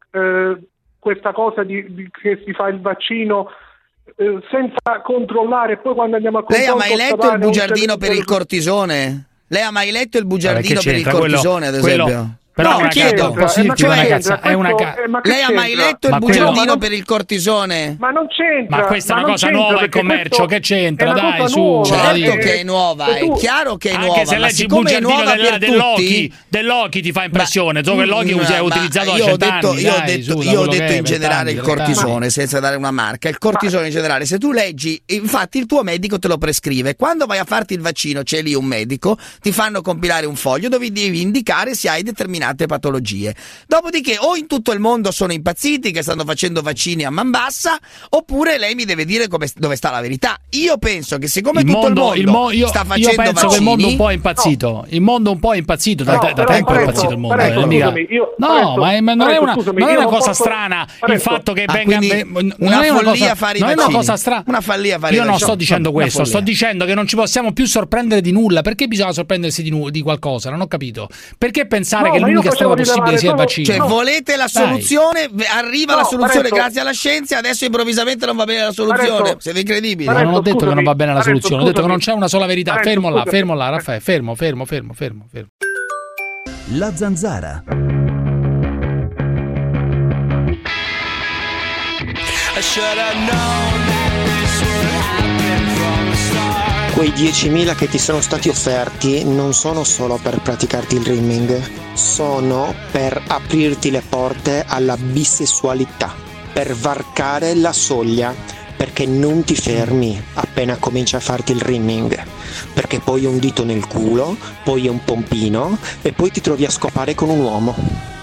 cosa che si fa il vaccino senza controllare, e poi quando andiamo a comprare. Lei ha mai letto il bugiardino per il cortisone? Lei ha mai letto il bugiardino per il cortisone, ad esempio? Però no, chiedo, lei ha mai letto il bugiardino per il cortisone? Ma non c'entra. Ma questa è una cosa nuova in commercio, che c'entra? Dai, su. Certo che è nuova, è chiaro che è nuova. Anche se leggi il bugiardino dell'Oki ti fa impressione, solo che l'Oki è utilizzato da 100 anni. Io ho detto in generale il cortisone, senza dare una marca. Il cortisone in generale, se tu leggi, infatti il tuo medico te lo prescrive. Quando vai a farti il vaccino, c'è lì un medico, ti fanno compilare un foglio dove devi indicare se hai determinate patologie. Dopodiché o in tutto il mondo sono impazziti che stanno facendo vaccini a man bassa, oppure lei mi deve dire dove sta la verità. Io penso che siccome tutto il mondo sta facendo vaccini, che il mondo un po' è impazzito. Il mondo un po' è impazzito, da tempo è impazzito il mondo. Ma non è una cosa strana il fatto che venga una follia fare i vaccini. Non è una cosa strana. Una follia fare i vaccini. Io non sto dicendo questo, sto dicendo che non ci possiamo più sorprendere di nulla. Perché bisogna sorprendersi di qualcosa? Non ho capito. Perché pensare che l'unica strada possibile sia il vaccino? Cioè, volete la soluzione? Arriva la soluzione grazie alla scienza, adesso improvvisamente non va bene la soluzione. Siete incredibili. Ma non ho detto che non va bene la soluzione, ho detto che non c'è una sola verità. Fermo là, Raffaele, fermo. La Zanzara. Quei 10.000 che ti sono stati offerti non sono solo per praticarti il rimming, sono per aprirti le porte alla bisessualità, per varcare la soglia, perché non ti fermi appena cominci a farti il rimming, perché poi un dito nel culo, poi un pompino e poi ti trovi a scopare con un uomo.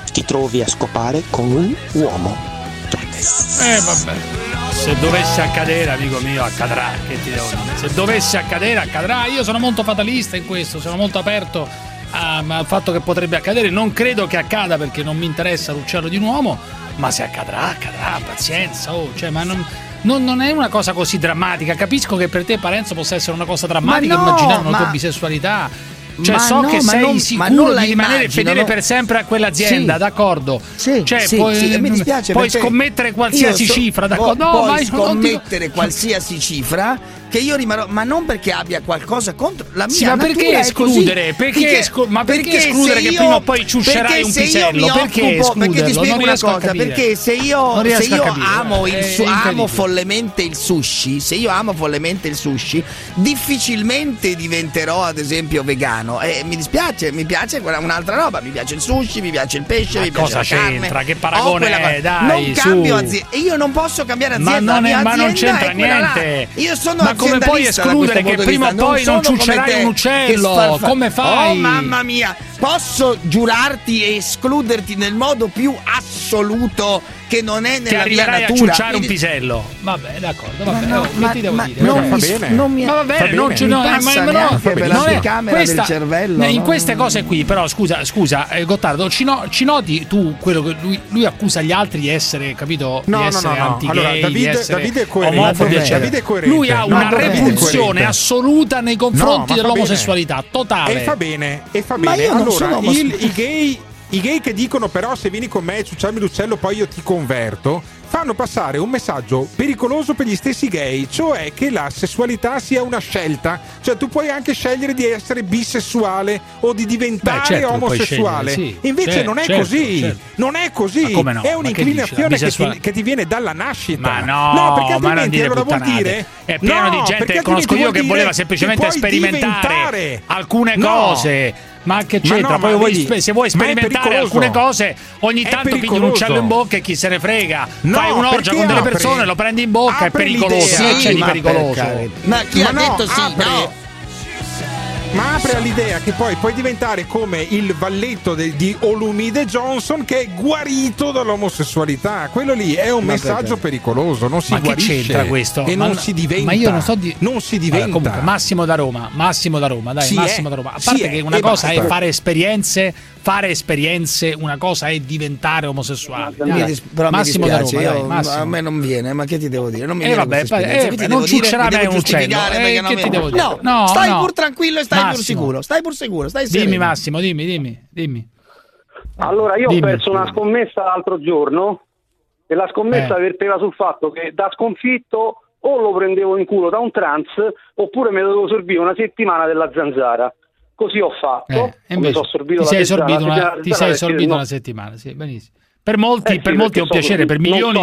Vabbè. Se dovesse accadere, amico mio, accadrà. Che ti devo dire? Se dovesse accadere, accadrà. Io sono molto fatalista in questo, sono molto aperto al fatto che potrebbe accadere. Non credo che accada perché non mi interessa l'uccello di un uomo, ma se accadrà, pazienza. Ma non è una cosa così drammatica. Capisco che per te, Parenzo, possa essere una cosa drammatica immaginare una tua bisessualità. Cioè, che sei sicuro di rimanere fedele per sempre a quell'azienda, d'accordo? Mi dispiace, puoi scommettere qualsiasi cifra, d'accordo? Puoi scommettere qualsiasi cifra che io rimarrò, ma non perché abbia qualcosa contro la mia natura. Perché escludere? Perché escludere che prima o poi ciuscerai un pisello? Perché ti spiego una cosa, perché se io amo follemente il sushi, difficilmente diventerò ad esempio vegano, italiano e mi dispiace, mi piace un'altra roba, mi piace il sushi, mi piace il pesce, mi piace la carne. C'entra? Che paragone è? Dai, non cambio azienda e io non posso cambiare azienda, ma non c'entra niente. Io sono ma come puoi escludere che prima o poi non ciuccerai un uccello? Come fai? Oh mamma mia, posso giurarti e escluderti nel modo più assoluto che non è nella mia natura. A ciucciare un pisello. Vabbè, d'accordo, vabbè. Ma ti devo dire? Non mi va bene, non ci per la camera del cervello. In queste cose qui, però, scusa, Gottardo, ci noti tu quello che lui accusa gli altri di essere, capito? Di essere anti-gay, allora, Davide è coerente. Lui ha una repulsione assoluta nei confronti dell'omosessualità, totale. E fa bene. Allora, i gay che dicono però se vieni con me a ciucciarmi l'uccello poi io ti converto, fanno passare un messaggio pericoloso per gli stessi gay, cioè che la sessualità sia una scelta, cioè tu puoi anche scegliere di essere bisessuale o di diventare omosessuale. Invece non è così. Non è così. No? È un'inclinazione che ti viene dalla nascita. No, perché altrimenti allora vuol dire è pieno di gente che conosco io che voleva semplicemente sperimentare alcune cose. Ma che c'entra? Poi se vuoi sperimentare alcune cose, ogni tanto pigli un uccello in bocca e chi se ne frega. Fai un'orgia con delle persone, lo prendi in bocca, è pericoloso. Che c'è di pericoloso? Ma chi ha detto sì? No. Ma apre all'idea che poi puoi diventare come il valletto di Olumide Johnson che è guarito dall'omosessualità. Quello lì è un messaggio pericoloso, non si guarisce. Ma che c'entra questo? E non si diventa. Ma io non so non si diventa. Allora, comunque, Massimo da Roma, dai, Massimo da Roma. A parte che una cosa è fare esperienze, una cosa è diventare omosessuale. Però Massimo da Roma, a me non viene, ma che ti devo dire? Non mi viene non ciuccerà mai un uccello. Che ti devo dire? No, stai pur tranquillo e stai pur sicuro, stai sereno. Dimmi Massimo, dimmi. Allora io ho perso una scommessa l'altro giorno e la scommessa verteva sul fatto che da sconfitto o lo prendevo in culo da un trans oppure me lo dovevo sorbire una settimana della zanzara. Così ho fatto. Ti sei sorbito una settimana, sì, benissimo. Per molti è un piacere, per milioni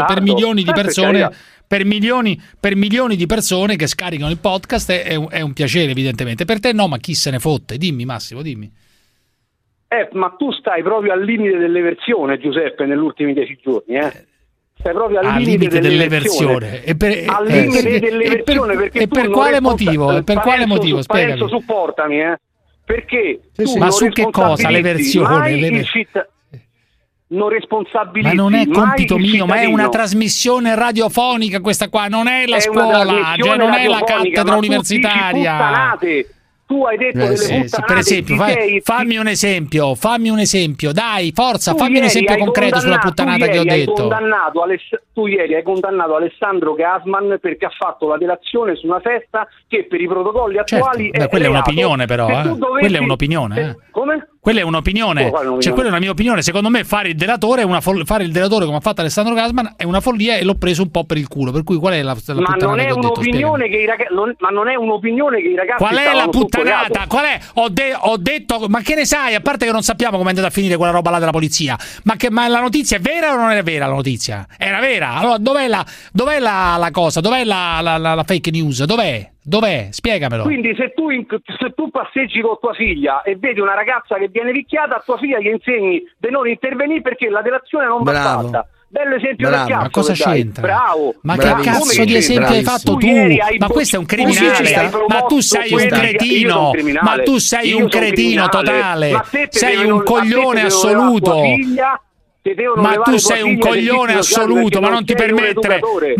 di persone che scaricano il podcast è un piacere, evidentemente. Per te no, ma chi se ne fotte? Dimmi Massimo, dimmi. Ma tu stai proprio al limite dell'eversione, Giuseppe, negli ultimi 10 giorni, Stai proprio al limite dell'eversione. Al limite dell'eversione, perché e per quale motivo? Per quale motivo? Spiegami. Supportami, perché ma su che cosa l'eversione? Non responsabilizzi. Ma non è compito mio, ma è una trasmissione radiofonica questa qua, non è la scuola, non è la cattedra universitaria. Tu hai detto delle puttanate. Per esempio, fammi un esempio, dai, forza, fammi un esempio concreto sulla puttanata che ho detto. Tu ieri hai condannato Alessandro Gasman perché ha fatto la delazione su una festa che per i protocolli attuali è quella è un'opinione però, quella è un'opinione. Come? Quella è un'opinione, cioè quella è una mia opinione. Secondo me fare il delatore come ha fatto Alessandro Gasman è una follia e l'ho preso un po' per il culo. Per cui qual è la ma non è un'opinione che ma non è un'opinione che i ragazzi qual è la puttanata? Qual è? Ho detto, ma che ne sai? A parte che non sappiamo come è andata a finire quella roba là della polizia. Ma la notizia è vera o non è vera la notizia? Era vera. Allora dov'è la cosa? Dov'è la fake news? Dov'è? Spiegamelo. Quindi se tu passeggi con tua figlia e vedi una ragazza che viene picchiata, a tua figlia gli insegni di non intervenire perché la delazione non va fatta. Bello esempio del cazzo. Ma cosa c'entra? Bravo. Ma che cazzo di esempio hai fatto tu? Ma questo è un criminale. Ma tu sei un cretino. Ma tu sei un cretino totale. Sei un coglione assoluto. Ma tu sei un coglione assoluto, ma non ti permettere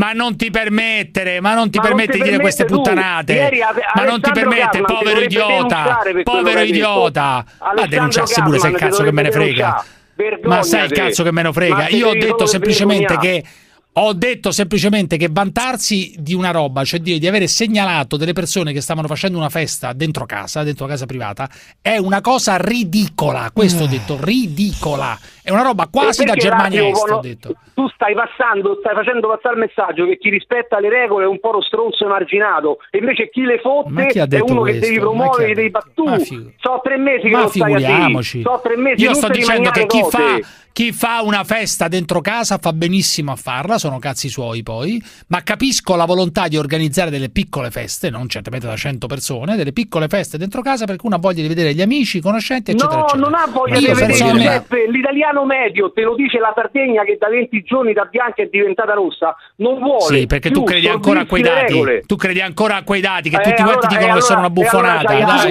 di dire queste puttanate. Ma non ti permette, povero idiota. Ma denunciassi pure se il cazzo che me ne frega. Ma sai il cazzo che me ne frega. Io ho detto semplicemente che vantarsi di una roba, cioè di avere segnalato delle persone che stavano facendo una festa dentro casa privata, è una cosa ridicola. Questo ho detto, ridicola. È una roba quasi da Germania Est, ho detto. Tu stai facendo passare il messaggio che chi rispetta le regole è un po' lo stronzo emarginato, e invece chi le fotte è uno che devi promuovere dei battutini. So 3 mesi che lo stai a dire. Io sto dicendo che chi fa una festa dentro casa fa benissimo a farla, sono cazzi suoi poi, ma capisco la volontà di organizzare delle piccole feste, non certamente da 100 persone, delle piccole feste dentro casa perché uno ha voglia di vedere gli amici, conoscenti, eccetera, no, eccetera. non ha voglia di vedere l'italiano medio, te lo dice la Sardegna che da 20 giorni da bianca è diventata rossa, non vuole. Sì, perché tu credi ancora a quei dati. Regole. Tu credi ancora a quei dati che tutti quanti dicono che sono una buffonata.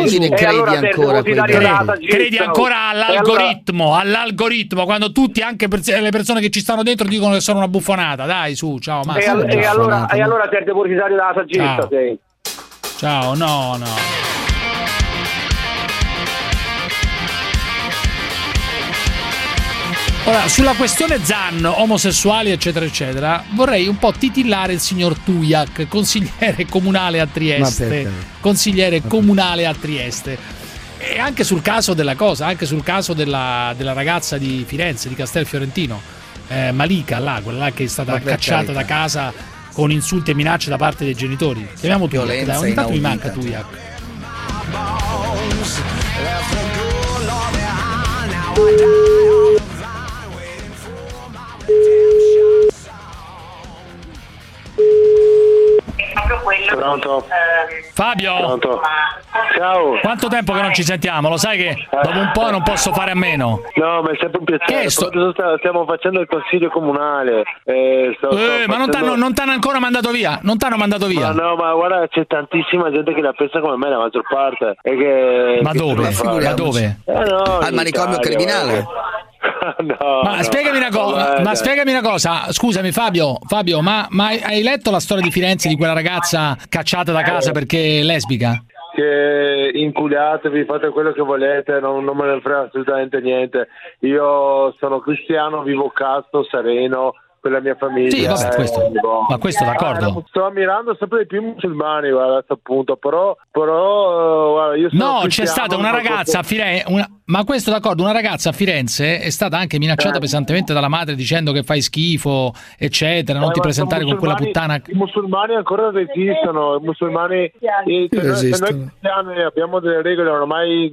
Credi ancora all'algoritmo, quando tutti, anche le persone che ci stanno dentro, dicono che sono una buffonata. Dai, su, ciao Massimo. E allora sei il depositario della saggezza, sei. Ciao, no. Ora, sulla questione Zan, omosessuali, eccetera, eccetera, vorrei un po' titillare il signor Tujak, consigliere comunale a Trieste. E anche sul caso della cosa, anche sul caso della ragazza di Firenze, di Castelfiorentino, Malika, quella che è stata cacciata da casa con insulti e minacce da parte dei genitori. Chiamiamo Tujak, dai, ogni tanto mi manca Tujak. Pronto? Fabio? Pronto? Ciao. Quanto tempo che non ci sentiamo? Lo sai che dopo un po' non posso fare a meno. No, ma è sempre un piacere. Stiamo facendo il consiglio comunale. Ma non t'hanno ancora mandato via? Non t'hanno mandato via? No, ma guarda, c'è tantissima gente che la pensa come me la maggior parte. Ma dove? Al manicomio criminale. Spiegami una cosa, scusami Fabio, ma hai letto la storia di Firenze di quella ragazza cacciata da casa perché è lesbica? Che inculiatevi, fate quello che volete, non me ne frega assolutamente niente. Io sono cristiano, vivo casto, sereno, per la mia famiglia. Sì, vabbè, questo d'accordo. Sto ammirando sempre di più i musulmani, guarda, a questo punto, però guarda, io sono c'è stata una ragazza a Firenze, ma questo d'accordo, una ragazza a Firenze è stata anche minacciata pesantemente dalla madre dicendo che fai schifo, eccetera, non ti presentare con quella puttana. I musulmani ancora resistono, i musulmani noi cristiani abbiamo delle regole, ormai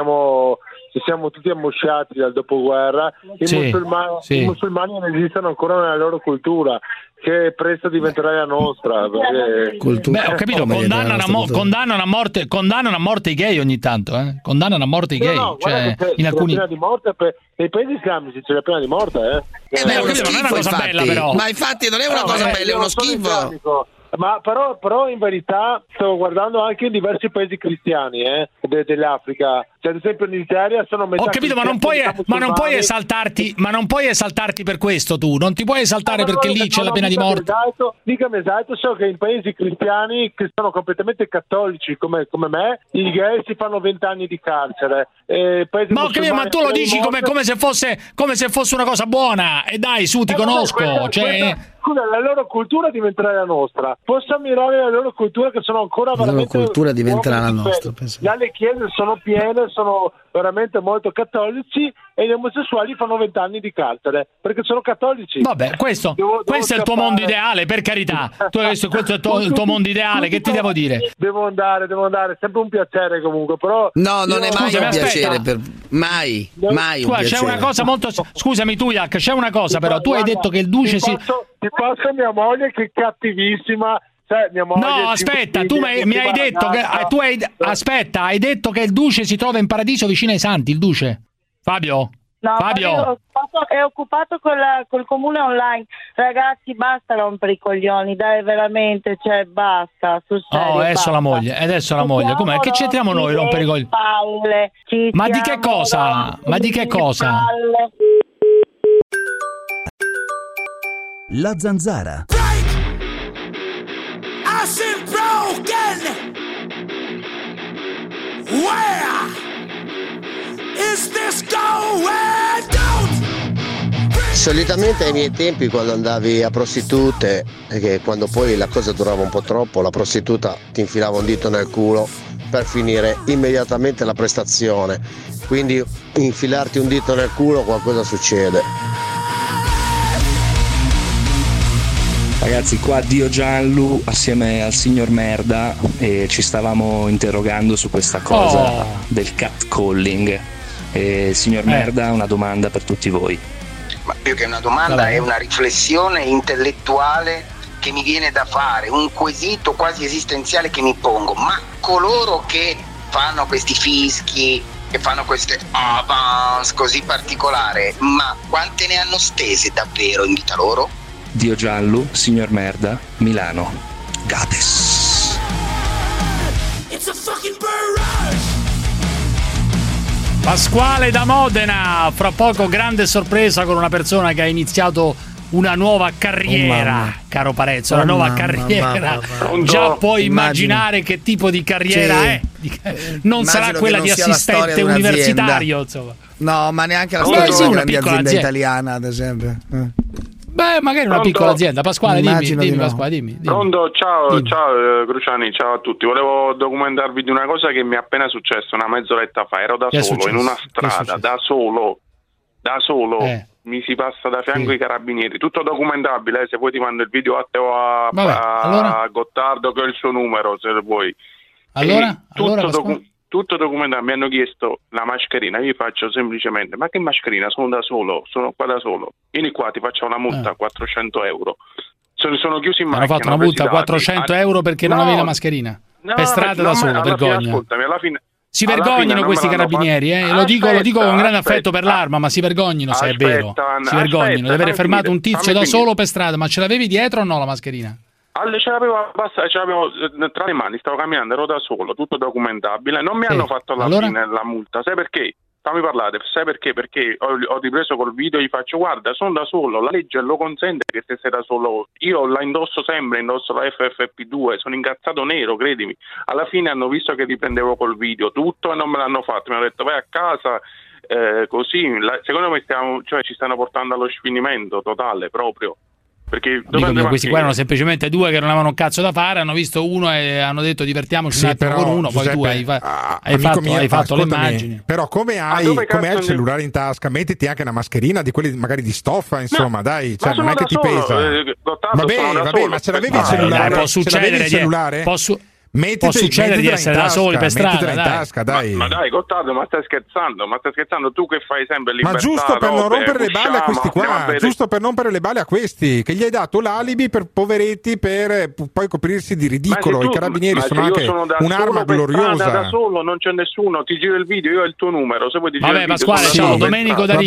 ci siamo tutti ammosciati dal dopoguerra. I musulmani resistono ancora nella loro cultura, che presto diventerà la nostra. Ho capito, condannano a morte i gay ogni tanto, condannano a morte i gay. In alcuni la pena di morte nei paesi islamici c'è la pena di morte, non è una cosa bella, però. Ma infatti non è una cosa bella, è uno schifo. Ma però in verità sto guardando anche in diversi paesi cristiani dell'Africa, cioè, ad esempio in Italia sono metà. Ho capito, ma non puoi esaltarti per questo, tu non ti puoi esaltare perché lì c'è la pena di morte. Dicami esatto, so che in paesi cristiani che sono completamente cattolici come me, i gay si fanno 20 anni di carcere. Ma tu lo dici come se fosse una cosa buona, e dai, su, ti conosco. Scusa, la loro cultura diventerà la nostra. Posso ammirare la loro cultura, che sono ancora veramente. La loro cultura diventerà la nostra. Le chiese sono piene, sono veramente molto cattolici, e gli omosessuali fanno 20 anni di carcere perché sono cattolici. Vabbè, questo è il tuo mondo ideale, per carità. Questo è il tuo mondo ideale, che ti devo dire? Devo andare, è sempre un piacere comunque, però. No, non è mai un piacere, mai un piacere. C'è una cosa molto. Scusami, Tujak, c'è una cosa, però. Tu hai detto che il duce ti passo mia moglie, che è cattivissima. Mia moglie, no, aspetta, tu mi hai detto che hai detto che il duce si trova in paradiso vicino ai santi, il duce. Fabio? No, Fabio? È occupato col comune online. Ragazzi, basta rompere i coglioni, dai, veramente, basta, sul serio. Adesso la moglie. Com'è? Che c'entriamo noi rompere i coglioni? Ma di che cosa? La Zanzara. Where is this going down? Solitamente ai miei tempi, quando andavi a prostitute, perché quando poi la cosa durava un po' troppo, la prostituta ti infilava un dito nel culo per finire immediatamente la prestazione. Quindi infilarti un dito nel culo, qualcosa succede. Ragazzi, qua Dio Gianlu assieme al signor Merda ci stavamo interrogando su questa cosa del catcalling. Signor Merda, una domanda per tutti voi. ma più che una domanda è una riflessione intellettuale che mi viene da fare, un quesito quasi esistenziale che mi pongo: ma coloro che fanno questi fischi, che fanno queste avance così particolari, ma quante ne hanno spese davvero in vita loro? Dio Giallo, signor Merda, Milano. Gates. Pasquale da Modena, fra poco grande sorpresa con una persona che ha iniziato una nuova carriera, caro Parenzo, una nuova carriera. Già puoi immaginare che tipo di carriera è. Non sarà quella di assistente universitario, insomma. No, ma neanche la storia di una grande azienda italiana, ad esempio. Beh, magari una piccola azienda. Pasquale, dimmi, Pasquale, dimmi. Pronto, ciao Cruciani, ciao a tutti. Volevo documentarvi di una cosa che mi è appena successa una mezz'oretta fa. Ero da solo in una strada, da solo. Mi si passa da fianco i carabinieri, tutto documentabile, se vuoi ti mando il video a te o a Gottardo, che è il suo numero, se vuoi. Tutto documentato. Mi hanno chiesto la mascherina, io faccio semplicemente: ma che mascherina? Sono da solo, sono qua da solo, vieni qua, ti faccio una multa, 400 euro. Sono chiusi in macchina. Hanno fatto una multa 400 euro perché non avevi la mascherina? Per strada da solo, vergogna. Ascoltami, alla fine si vergognano questi carabinieri, lo dico con grande affetto per l'Arma, ma si vergognino, se è vero. Si vergognano di avere fermato un tizio da solo per strada. Ma ce l'avevi dietro o no la mascherina? Ce l'avevo tra le mani, stavo camminando, ero da solo, tutto documentabile. Non mi hanno fatto fine la multa, sai perché? Fammi parlare, sai perché? Perché ho ripreso col video e gli faccio: guarda, sono da solo, la legge lo consente che se sei da solo, io la indosso sempre, indosso la FFP2, sono incazzato nero, credimi. Alla fine hanno visto che riprendevo col video tutto e non me l'hanno fatto, mi hanno detto: vai a casa, così, secondo me ci stanno portando allo sfinimento totale proprio. Perché questi qua erano semplicemente due che non avevano un cazzo da fare, hanno visto uno e hanno detto divertiamoci un attimo con uno, Giuseppe, poi tu hai fatto le immagini. Però come hai il cellulare in tasca, mettiti anche una mascherina di quelli magari di stoffa, insomma, dai, cioè, non è che ti pesa. Vabbè, ma ce l'avevi il cellulare? Può succedere, può succedere di essere da soli per strada, in tasca, dai. Ma dai, Gottardo, ma stai scherzando? Tu che fai sempre libertà, ma giusto per non rompere le balle a questi qua, giusto per non rompere le balle a questi, che gli hai dato l'alibi per poveretti, per poi coprirsi di ridicolo. I carabinieri sono anche un'arma gloriosa. Da solo, non c'è nessuno, ti giro il video, io ho il tuo numero, se vuoi ti giro il video. Pasquale, ciao, Domenico da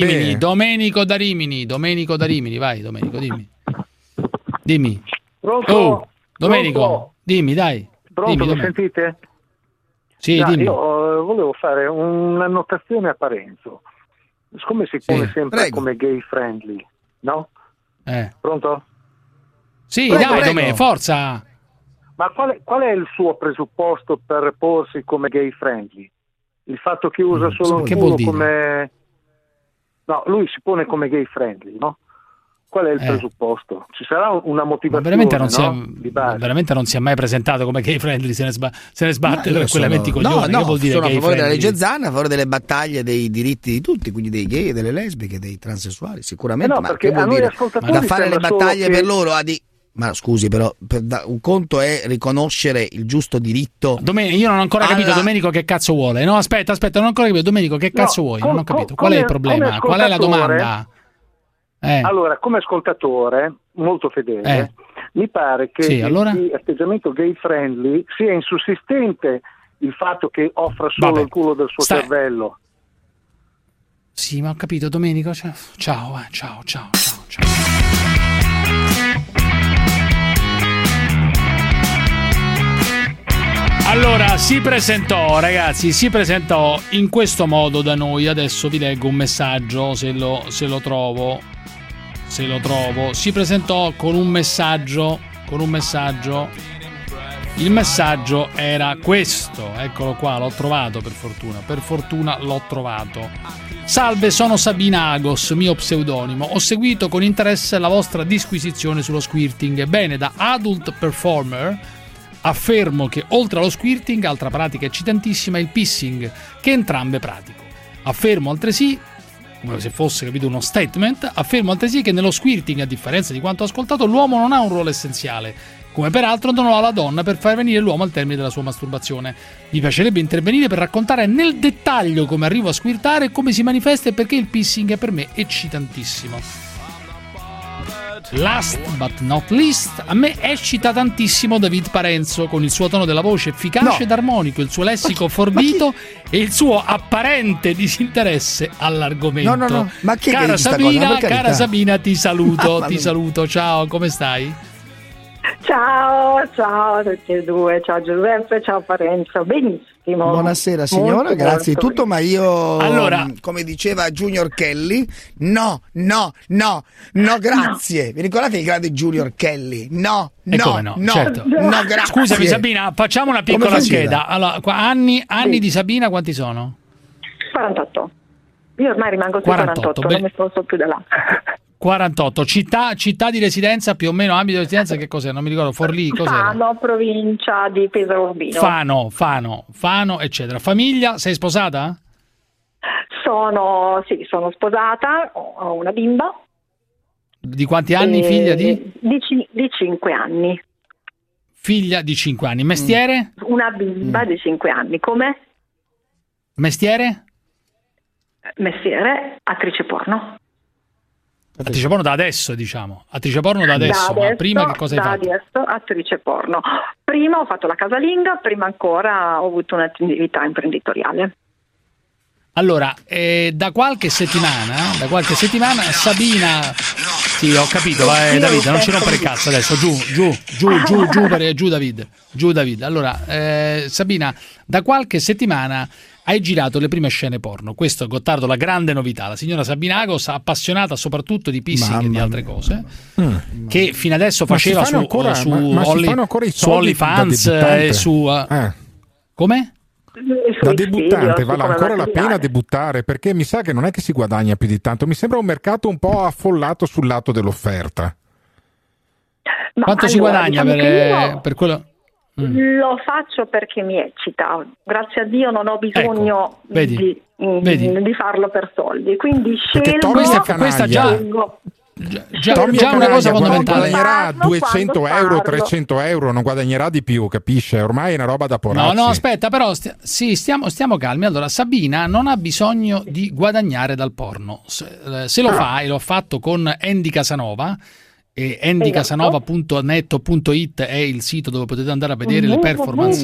Rimini, vai Domenico, dimmi. Pronto? Domenico, dimmi, dai. Pronto, mi sentite? Sì, dimmi. Io volevo fare un'annotazione a Parenzo. Siccome si pone sempre come gay friendly, no? Pronto? Sì, prego. Domenico, forza! Ma qual è il suo presupposto per porsi come gay friendly? Il fatto che usa solo il culo come... No, lui si pone come gay friendly, no? Qual è il presupposto? Ci sarà una motivazione, veramente non si è mai presentato come gay friendly, se ne sbatte tranquillamente i coglioni. Che vuol dire sono a favore della legge Zan, a favore delle battaglie dei diritti di tutti, quindi dei gay, delle lesbiche, dei transessuali, sicuramente. Ma che vuol dire? Ma da fare le battaglie per loro ma scusi, però un conto è riconoscere il giusto diritto. Io non ho ancora capito Domenico che cazzo vuole. No, aspetta, non ho ancora capito. Domenico, che cazzo vuoi? Non ho capito. Qual è il problema? Qual è la domanda? Allora, come ascoltatore molto fedele, mi pare che l'atteggiamento gay friendly sia insussistente il fatto che offra solo il culo del suo cervello. Sì, ma ho capito, Domenico. Ciao. Allora, si presentò in questo modo da noi. Adesso vi leggo un messaggio, se lo trovo. Si presentò con un messaggio. Il messaggio era questo. Eccolo qua, l'ho trovato per fortuna l'ho trovato. Salve, sono Sabina Agos, mio pseudonimo. Ho seguito con interesse la vostra disquisizione sullo squirting. Bene, da adult performer affermo che oltre allo squirting, altra pratica eccitantissima è il pissing, che entrambe pratico. Affermo altresì, come se fosse capito uno statement, che nello squirting, a differenza di quanto ascoltato, l'uomo non ha un ruolo essenziale, come peraltro non lo ha la donna per far venire l'uomo al termine della sua masturbazione. Mi piacerebbe intervenire per raccontare nel dettaglio come arrivo a squirtare e come si manifesta e perché il pissing è per me eccitantissimo. Last but not least, a me eccita tantissimo David Parenzo con il suo tono della voce efficace ed armonico, il suo lessico forbito e il suo apparente disinteresse all'argomento. No. Ma chi cara Sabina, cara Sabina, ti saluto, ti saluto. Ciao, come stai? Ciao a tutti e due, ciao Giuseppe, ciao Parenzo, benissimo. Buonasera signora, molto, grazie di tutto, ma io, allora, come diceva Junior Kelly, no, grazie. Vi ricordate il grande Junior Kelly? No, certo. No, grazie. Scusami Sabina, facciamo una piccola scheda. Allora, anni di Sabina quanti sono? 48. Io ormai rimango sui 48, non mi sposto più da là. 48, città di residenza, più o meno ambito di residenza, che cos'è? Non mi ricordo, Forlì, cos'era? Fano, provincia di Pesaro Urbino. Fano, eccetera. Famiglia, sei sposata? Sono sposata, ho una bimba. Di quanti anni, figlia di? Di 5 anni. Figlia di 5 anni. Mestiere? Una bimba di 5 anni. Come? Mestiere? Mestiere, attrice porno. Attrice porno da adesso, diciamo. Attrice porno da adesso, ma prima che cosa hai fatto? Adesso attrice porno. Prima ho fatto la casalinga, prima ancora ho avuto un'attività imprenditoriale. Allora, da qualche settimana Sabina... Sì, ho capito, David, non ci rompere il cazzo adesso, giù David. Allora, Sabina, da qualche settimana hai girato le prime scene porno. Questo è Gottardo, la grande novità. La signora Sabina Agos, appassionata soprattutto di pissing e di altre cose, che fino adesso faceva su OnlyFans e su... Come? Da debuttante vale ancora la pena debuttare, perché mi sa che non è che si guadagna più di tanto. Mi sembra un mercato un po' affollato sul lato dell'offerta. Quanto si guadagna per quello? Lo faccio perché mi eccita. Grazie a Dio non ho bisogno di farlo per soldi. Quindi scelgo. Questa già una cosa fondamentale. Guadagnerà 200 euro, 300 euro, non guadagnerà di più, capisce? Ormai è una roba da poracci. No, aspetta, però stiamo calmi. Allora, Sabina non ha bisogno di guadagnare dal porno. Se lo fa, e l'ho fatto con Andy Casanova, e andycasanova.net.it è il sito dove potete andare a vedere le performance.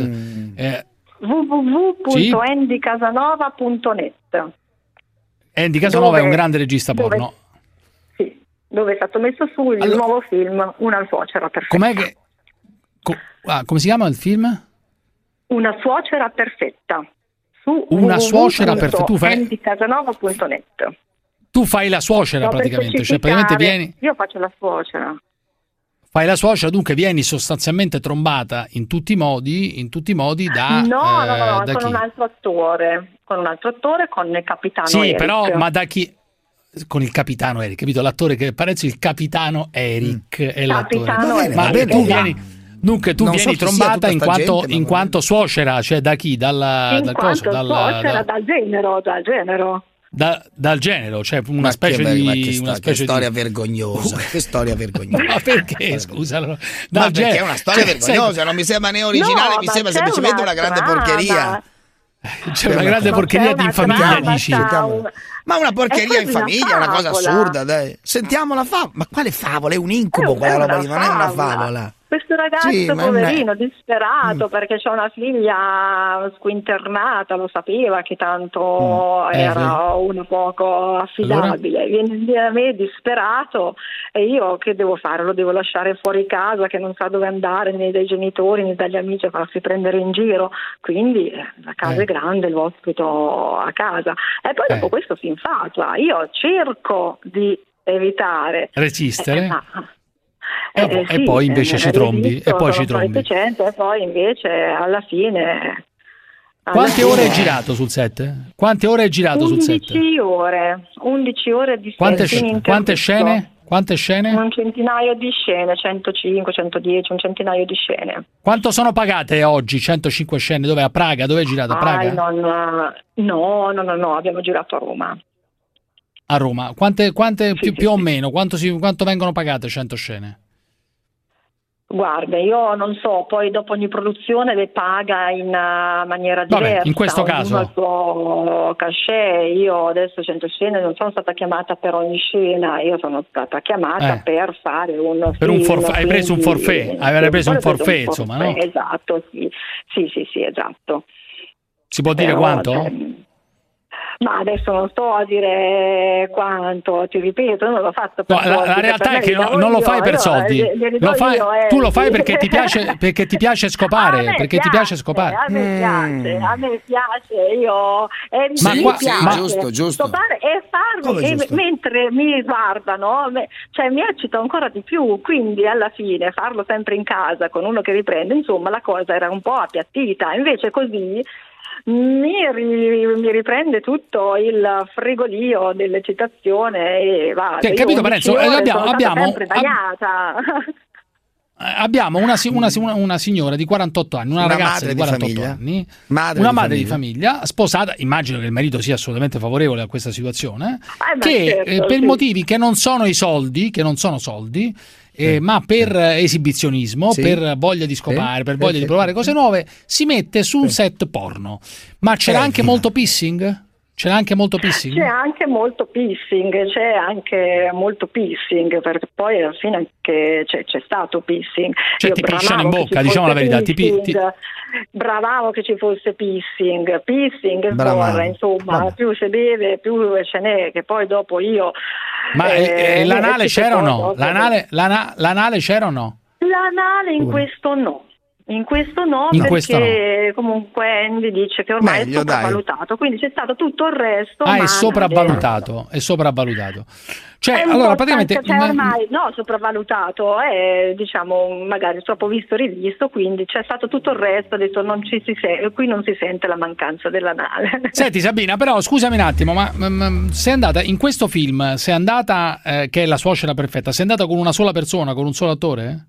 www.andycasanova.net. Andy Casanova è un grande regista porno. Dove è stato messo su il nuovo film Una suocera perfetta. Come si chiama il film? Una suocera perfetta. Su Una suocera perfetta. Tu fai andycasanova.net. Tu fai la suocera praticamente, cioè praticamente vieni. Io faccio la suocera. Fai la suocera, dunque vieni sostanzialmente trombata in tutti i modi da No, da con chi? un altro attore, con il capitano Sì, Eric. però ma da chi? Con il capitano Eric, capito? L'attore che Parenzo, il capitano Eric è l'attore. Ma tu vieni vieni trombata in quanto suocera, cioè da chi? Dal genero. Dal genero, cioè una specie di storia vergognosa. Che storia vergognosa. Ma perché, scusa? Ma perché è una storia vergognosa, non mi sembra né originale, mi sembra semplicemente una grande porcheria. C'è una grande porcheria di famiglia, dici? Ma una porcheria in famiglia è una cosa assurda, dai. Sentiamo la favola. Ma quale favola? È un incubo quella roba lì, non è una favola. Questo ragazzo poverino, disperato perché c'ha una figlia squinternata, lo sapeva che tanto era uno poco affidabile. Allora? Viene a me disperato e io che devo fare? Lo devo lasciare fuori casa, che non sa dove andare, né dai genitori né dagli amici, a farsi prendere in giro. Quindi la casa è grande, lo ospito a casa. E poi dopo questo si infatua. Io cerco di evitare. Resistere. E poi invece ci trombi. E poi invece alla fine. Quante ore hai girato sul set? 11 ore. 11 ore di quante scene? Un centinaio di scene, 105, 110, un centinaio di scene. Quanto sono pagate oggi 105 scene? Dove? A Praga? Dove hai girato? A Praga? No, abbiamo girato a Roma. A Roma. Quante più o meno? Quanto vengono pagate 100 scene? Guarda, io non so, poi dopo ogni produzione le paga in maniera diversa. Vabbè, in questo caso il suo cachet. Io adesso 100 scene non sono stata chiamata per ogni scena, io sono stata chiamata per fare un per film, un forfait. Hai preso un forfait, hai preso un forfait, insomma, no? Esatto, sì, esatto. Si può dire quanto? Cioè, ma adesso non sto a dire quanto, ti ripeto, non l'ho fatto per soldi. La realtà è che non lo fai per soldi. Tu lo fai perché ti piace scopare, perché ti piace scopare. A me piace, io giusto. Scopare e farlo mentre mi guardano, cioè mi eccita ancora di più, quindi alla fine farlo sempre in casa con uno che riprende, insomma la cosa era un po' appiattita, invece così mi riprende tutto il frigolio dell'eccitazione e va. Capito, Parenzo? Abbiamo una signora di 48 anni, una ragazza di 48 anni, una madre di famiglia, sposata, immagino che il marito sia assolutamente favorevole a questa situazione, per motivi che non sono soldi, ma per esibizionismo, per voglia di scopare, per voglia di provare cose nuove, si mette su un set porno. Ma c'era anche molto pissing? C'è anche molto pissing, perché poi alla fine anche c'è stato pissing. Cioè ti pisciano in bocca, diciamo la verità. Bravavo che ci fosse pissing sborra, insomma, più si beve più ce n'è, che poi dopo io... Ma l'anale c'era o no? L'anale c'era o no? L'anale in questo no. Perché comunque Andy dice che ormai è sopravvalutato, quindi c'è stato tutto il resto. È sopravvalutato. Cioè, allora praticamente ormai sopravvalutato è, diciamo, magari troppo visto e rivisto, quindi c'è stato tutto il resto, ha detto qui non si sente la mancanza dell'anale. Senti Sabina, però scusami un attimo, ma sei andata in questo film, che è La suocera perfetta, sei andata con una sola persona, con un solo attore?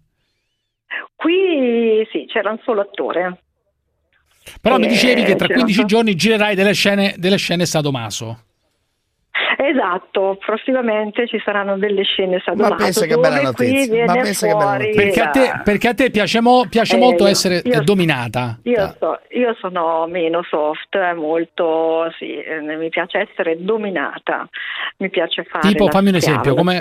Qui sì, c'era un solo attore. Però mi dicevi che tra 15 giorni girerai delle scene sadomaso. Esatto, prossimamente ci saranno delle scene sadomaso. Ma pensa che bella notizia. Perché a te piace molto essere dominata. Io sono meno soft, molto mi piace essere dominata. Mi piace fare tipo, fammi un esempio, come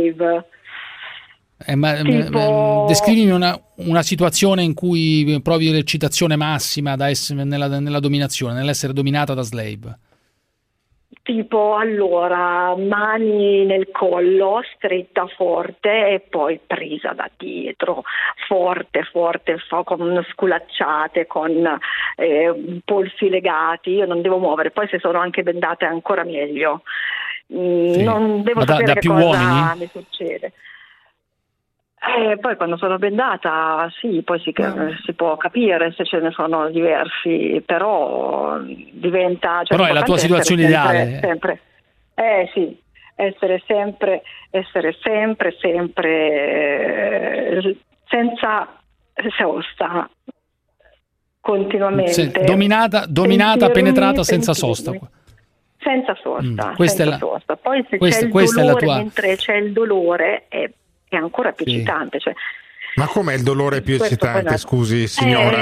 descrivimi una situazione in cui provi l'eccitazione massima nella dominazione, nell'essere dominata da slave. Tipo, allora, mani nel collo, stretta forte e poi presa da dietro, forte, con sculacciate, con polsi legati. Io non devo muovere, poi se sono anche bendate è ancora meglio. Non devo sapere che cosa uomini? Mi succede. Poi quando sono bendata poi si può capire se ce ne sono diversi, però diventa... però è la tua situazione ideale. Sempre, essere sempre senza sosta, continuamente. Dominata, penetrata senza sosta. Senza sosta. Sosta. Poi se c'è il dolore, mentre c'è il dolore è ancora più eccitante, cioè. Ma com'è il dolore più eccitante, scusi signora?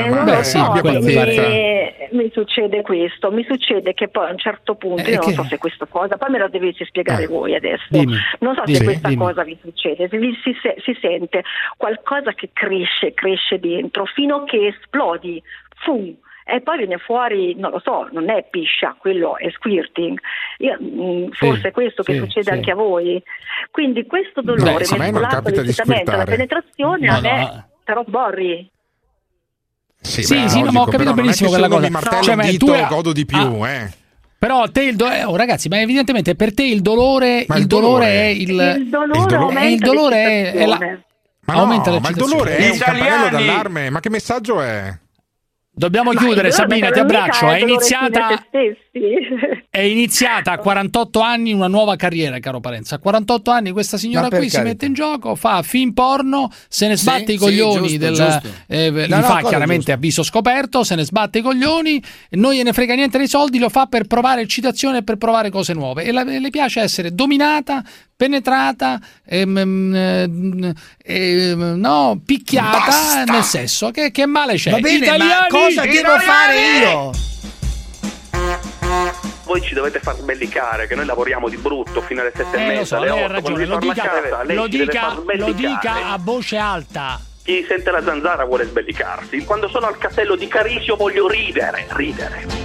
Mi succede questo, mi succede che poi a un certo punto io non so se questa cosa, poi me lo dovete spiegare voi adesso, non so se questa cosa vi succede, si sente qualcosa che cresce dentro fino a che esplodi, e poi viene fuori, non lo so, non è piscia, quello è squirting. Forse è questo che succede anche a voi. Quindi questo dolore mescolato all'eccitamento alla penetrazione a me però borri. Ma ho capito benissimo quella cosa. Mi martello il dito, godo di più, Però a te ragazzi, ma evidentemente per te il dolore è il dolore è la aumenta l'eccitazione. Ma il dolore è un campanello d'allarme, ma che messaggio è? Dobbiamo chiudere, Sabina, ti abbraccio. È iniziata a 48 anni una nuova carriera, caro Parenzo. A 48 anni questa signora qui si mette in gioco, fa film porno, se ne sbatte i coglioni, li fa chiaramente a viso scoperto, se ne sbatte i coglioni, non gliene frega niente dei soldi, lo fa per provare eccitazione e per provare cose nuove. E le piace essere dominata penetrata, no, picchiata. Basta. Nel sesso, che male c'è? Va bene, Italiani, ma cosa devo fare io? Voi ci dovete far sbellicare, che noi lavoriamo di brutto fino alle 7:30. Lo so, lei ha ragione, lo dica a voce alta. Chi sente la zanzara vuole sbellicarsi. Quando sono al castello di Carisio voglio ridere.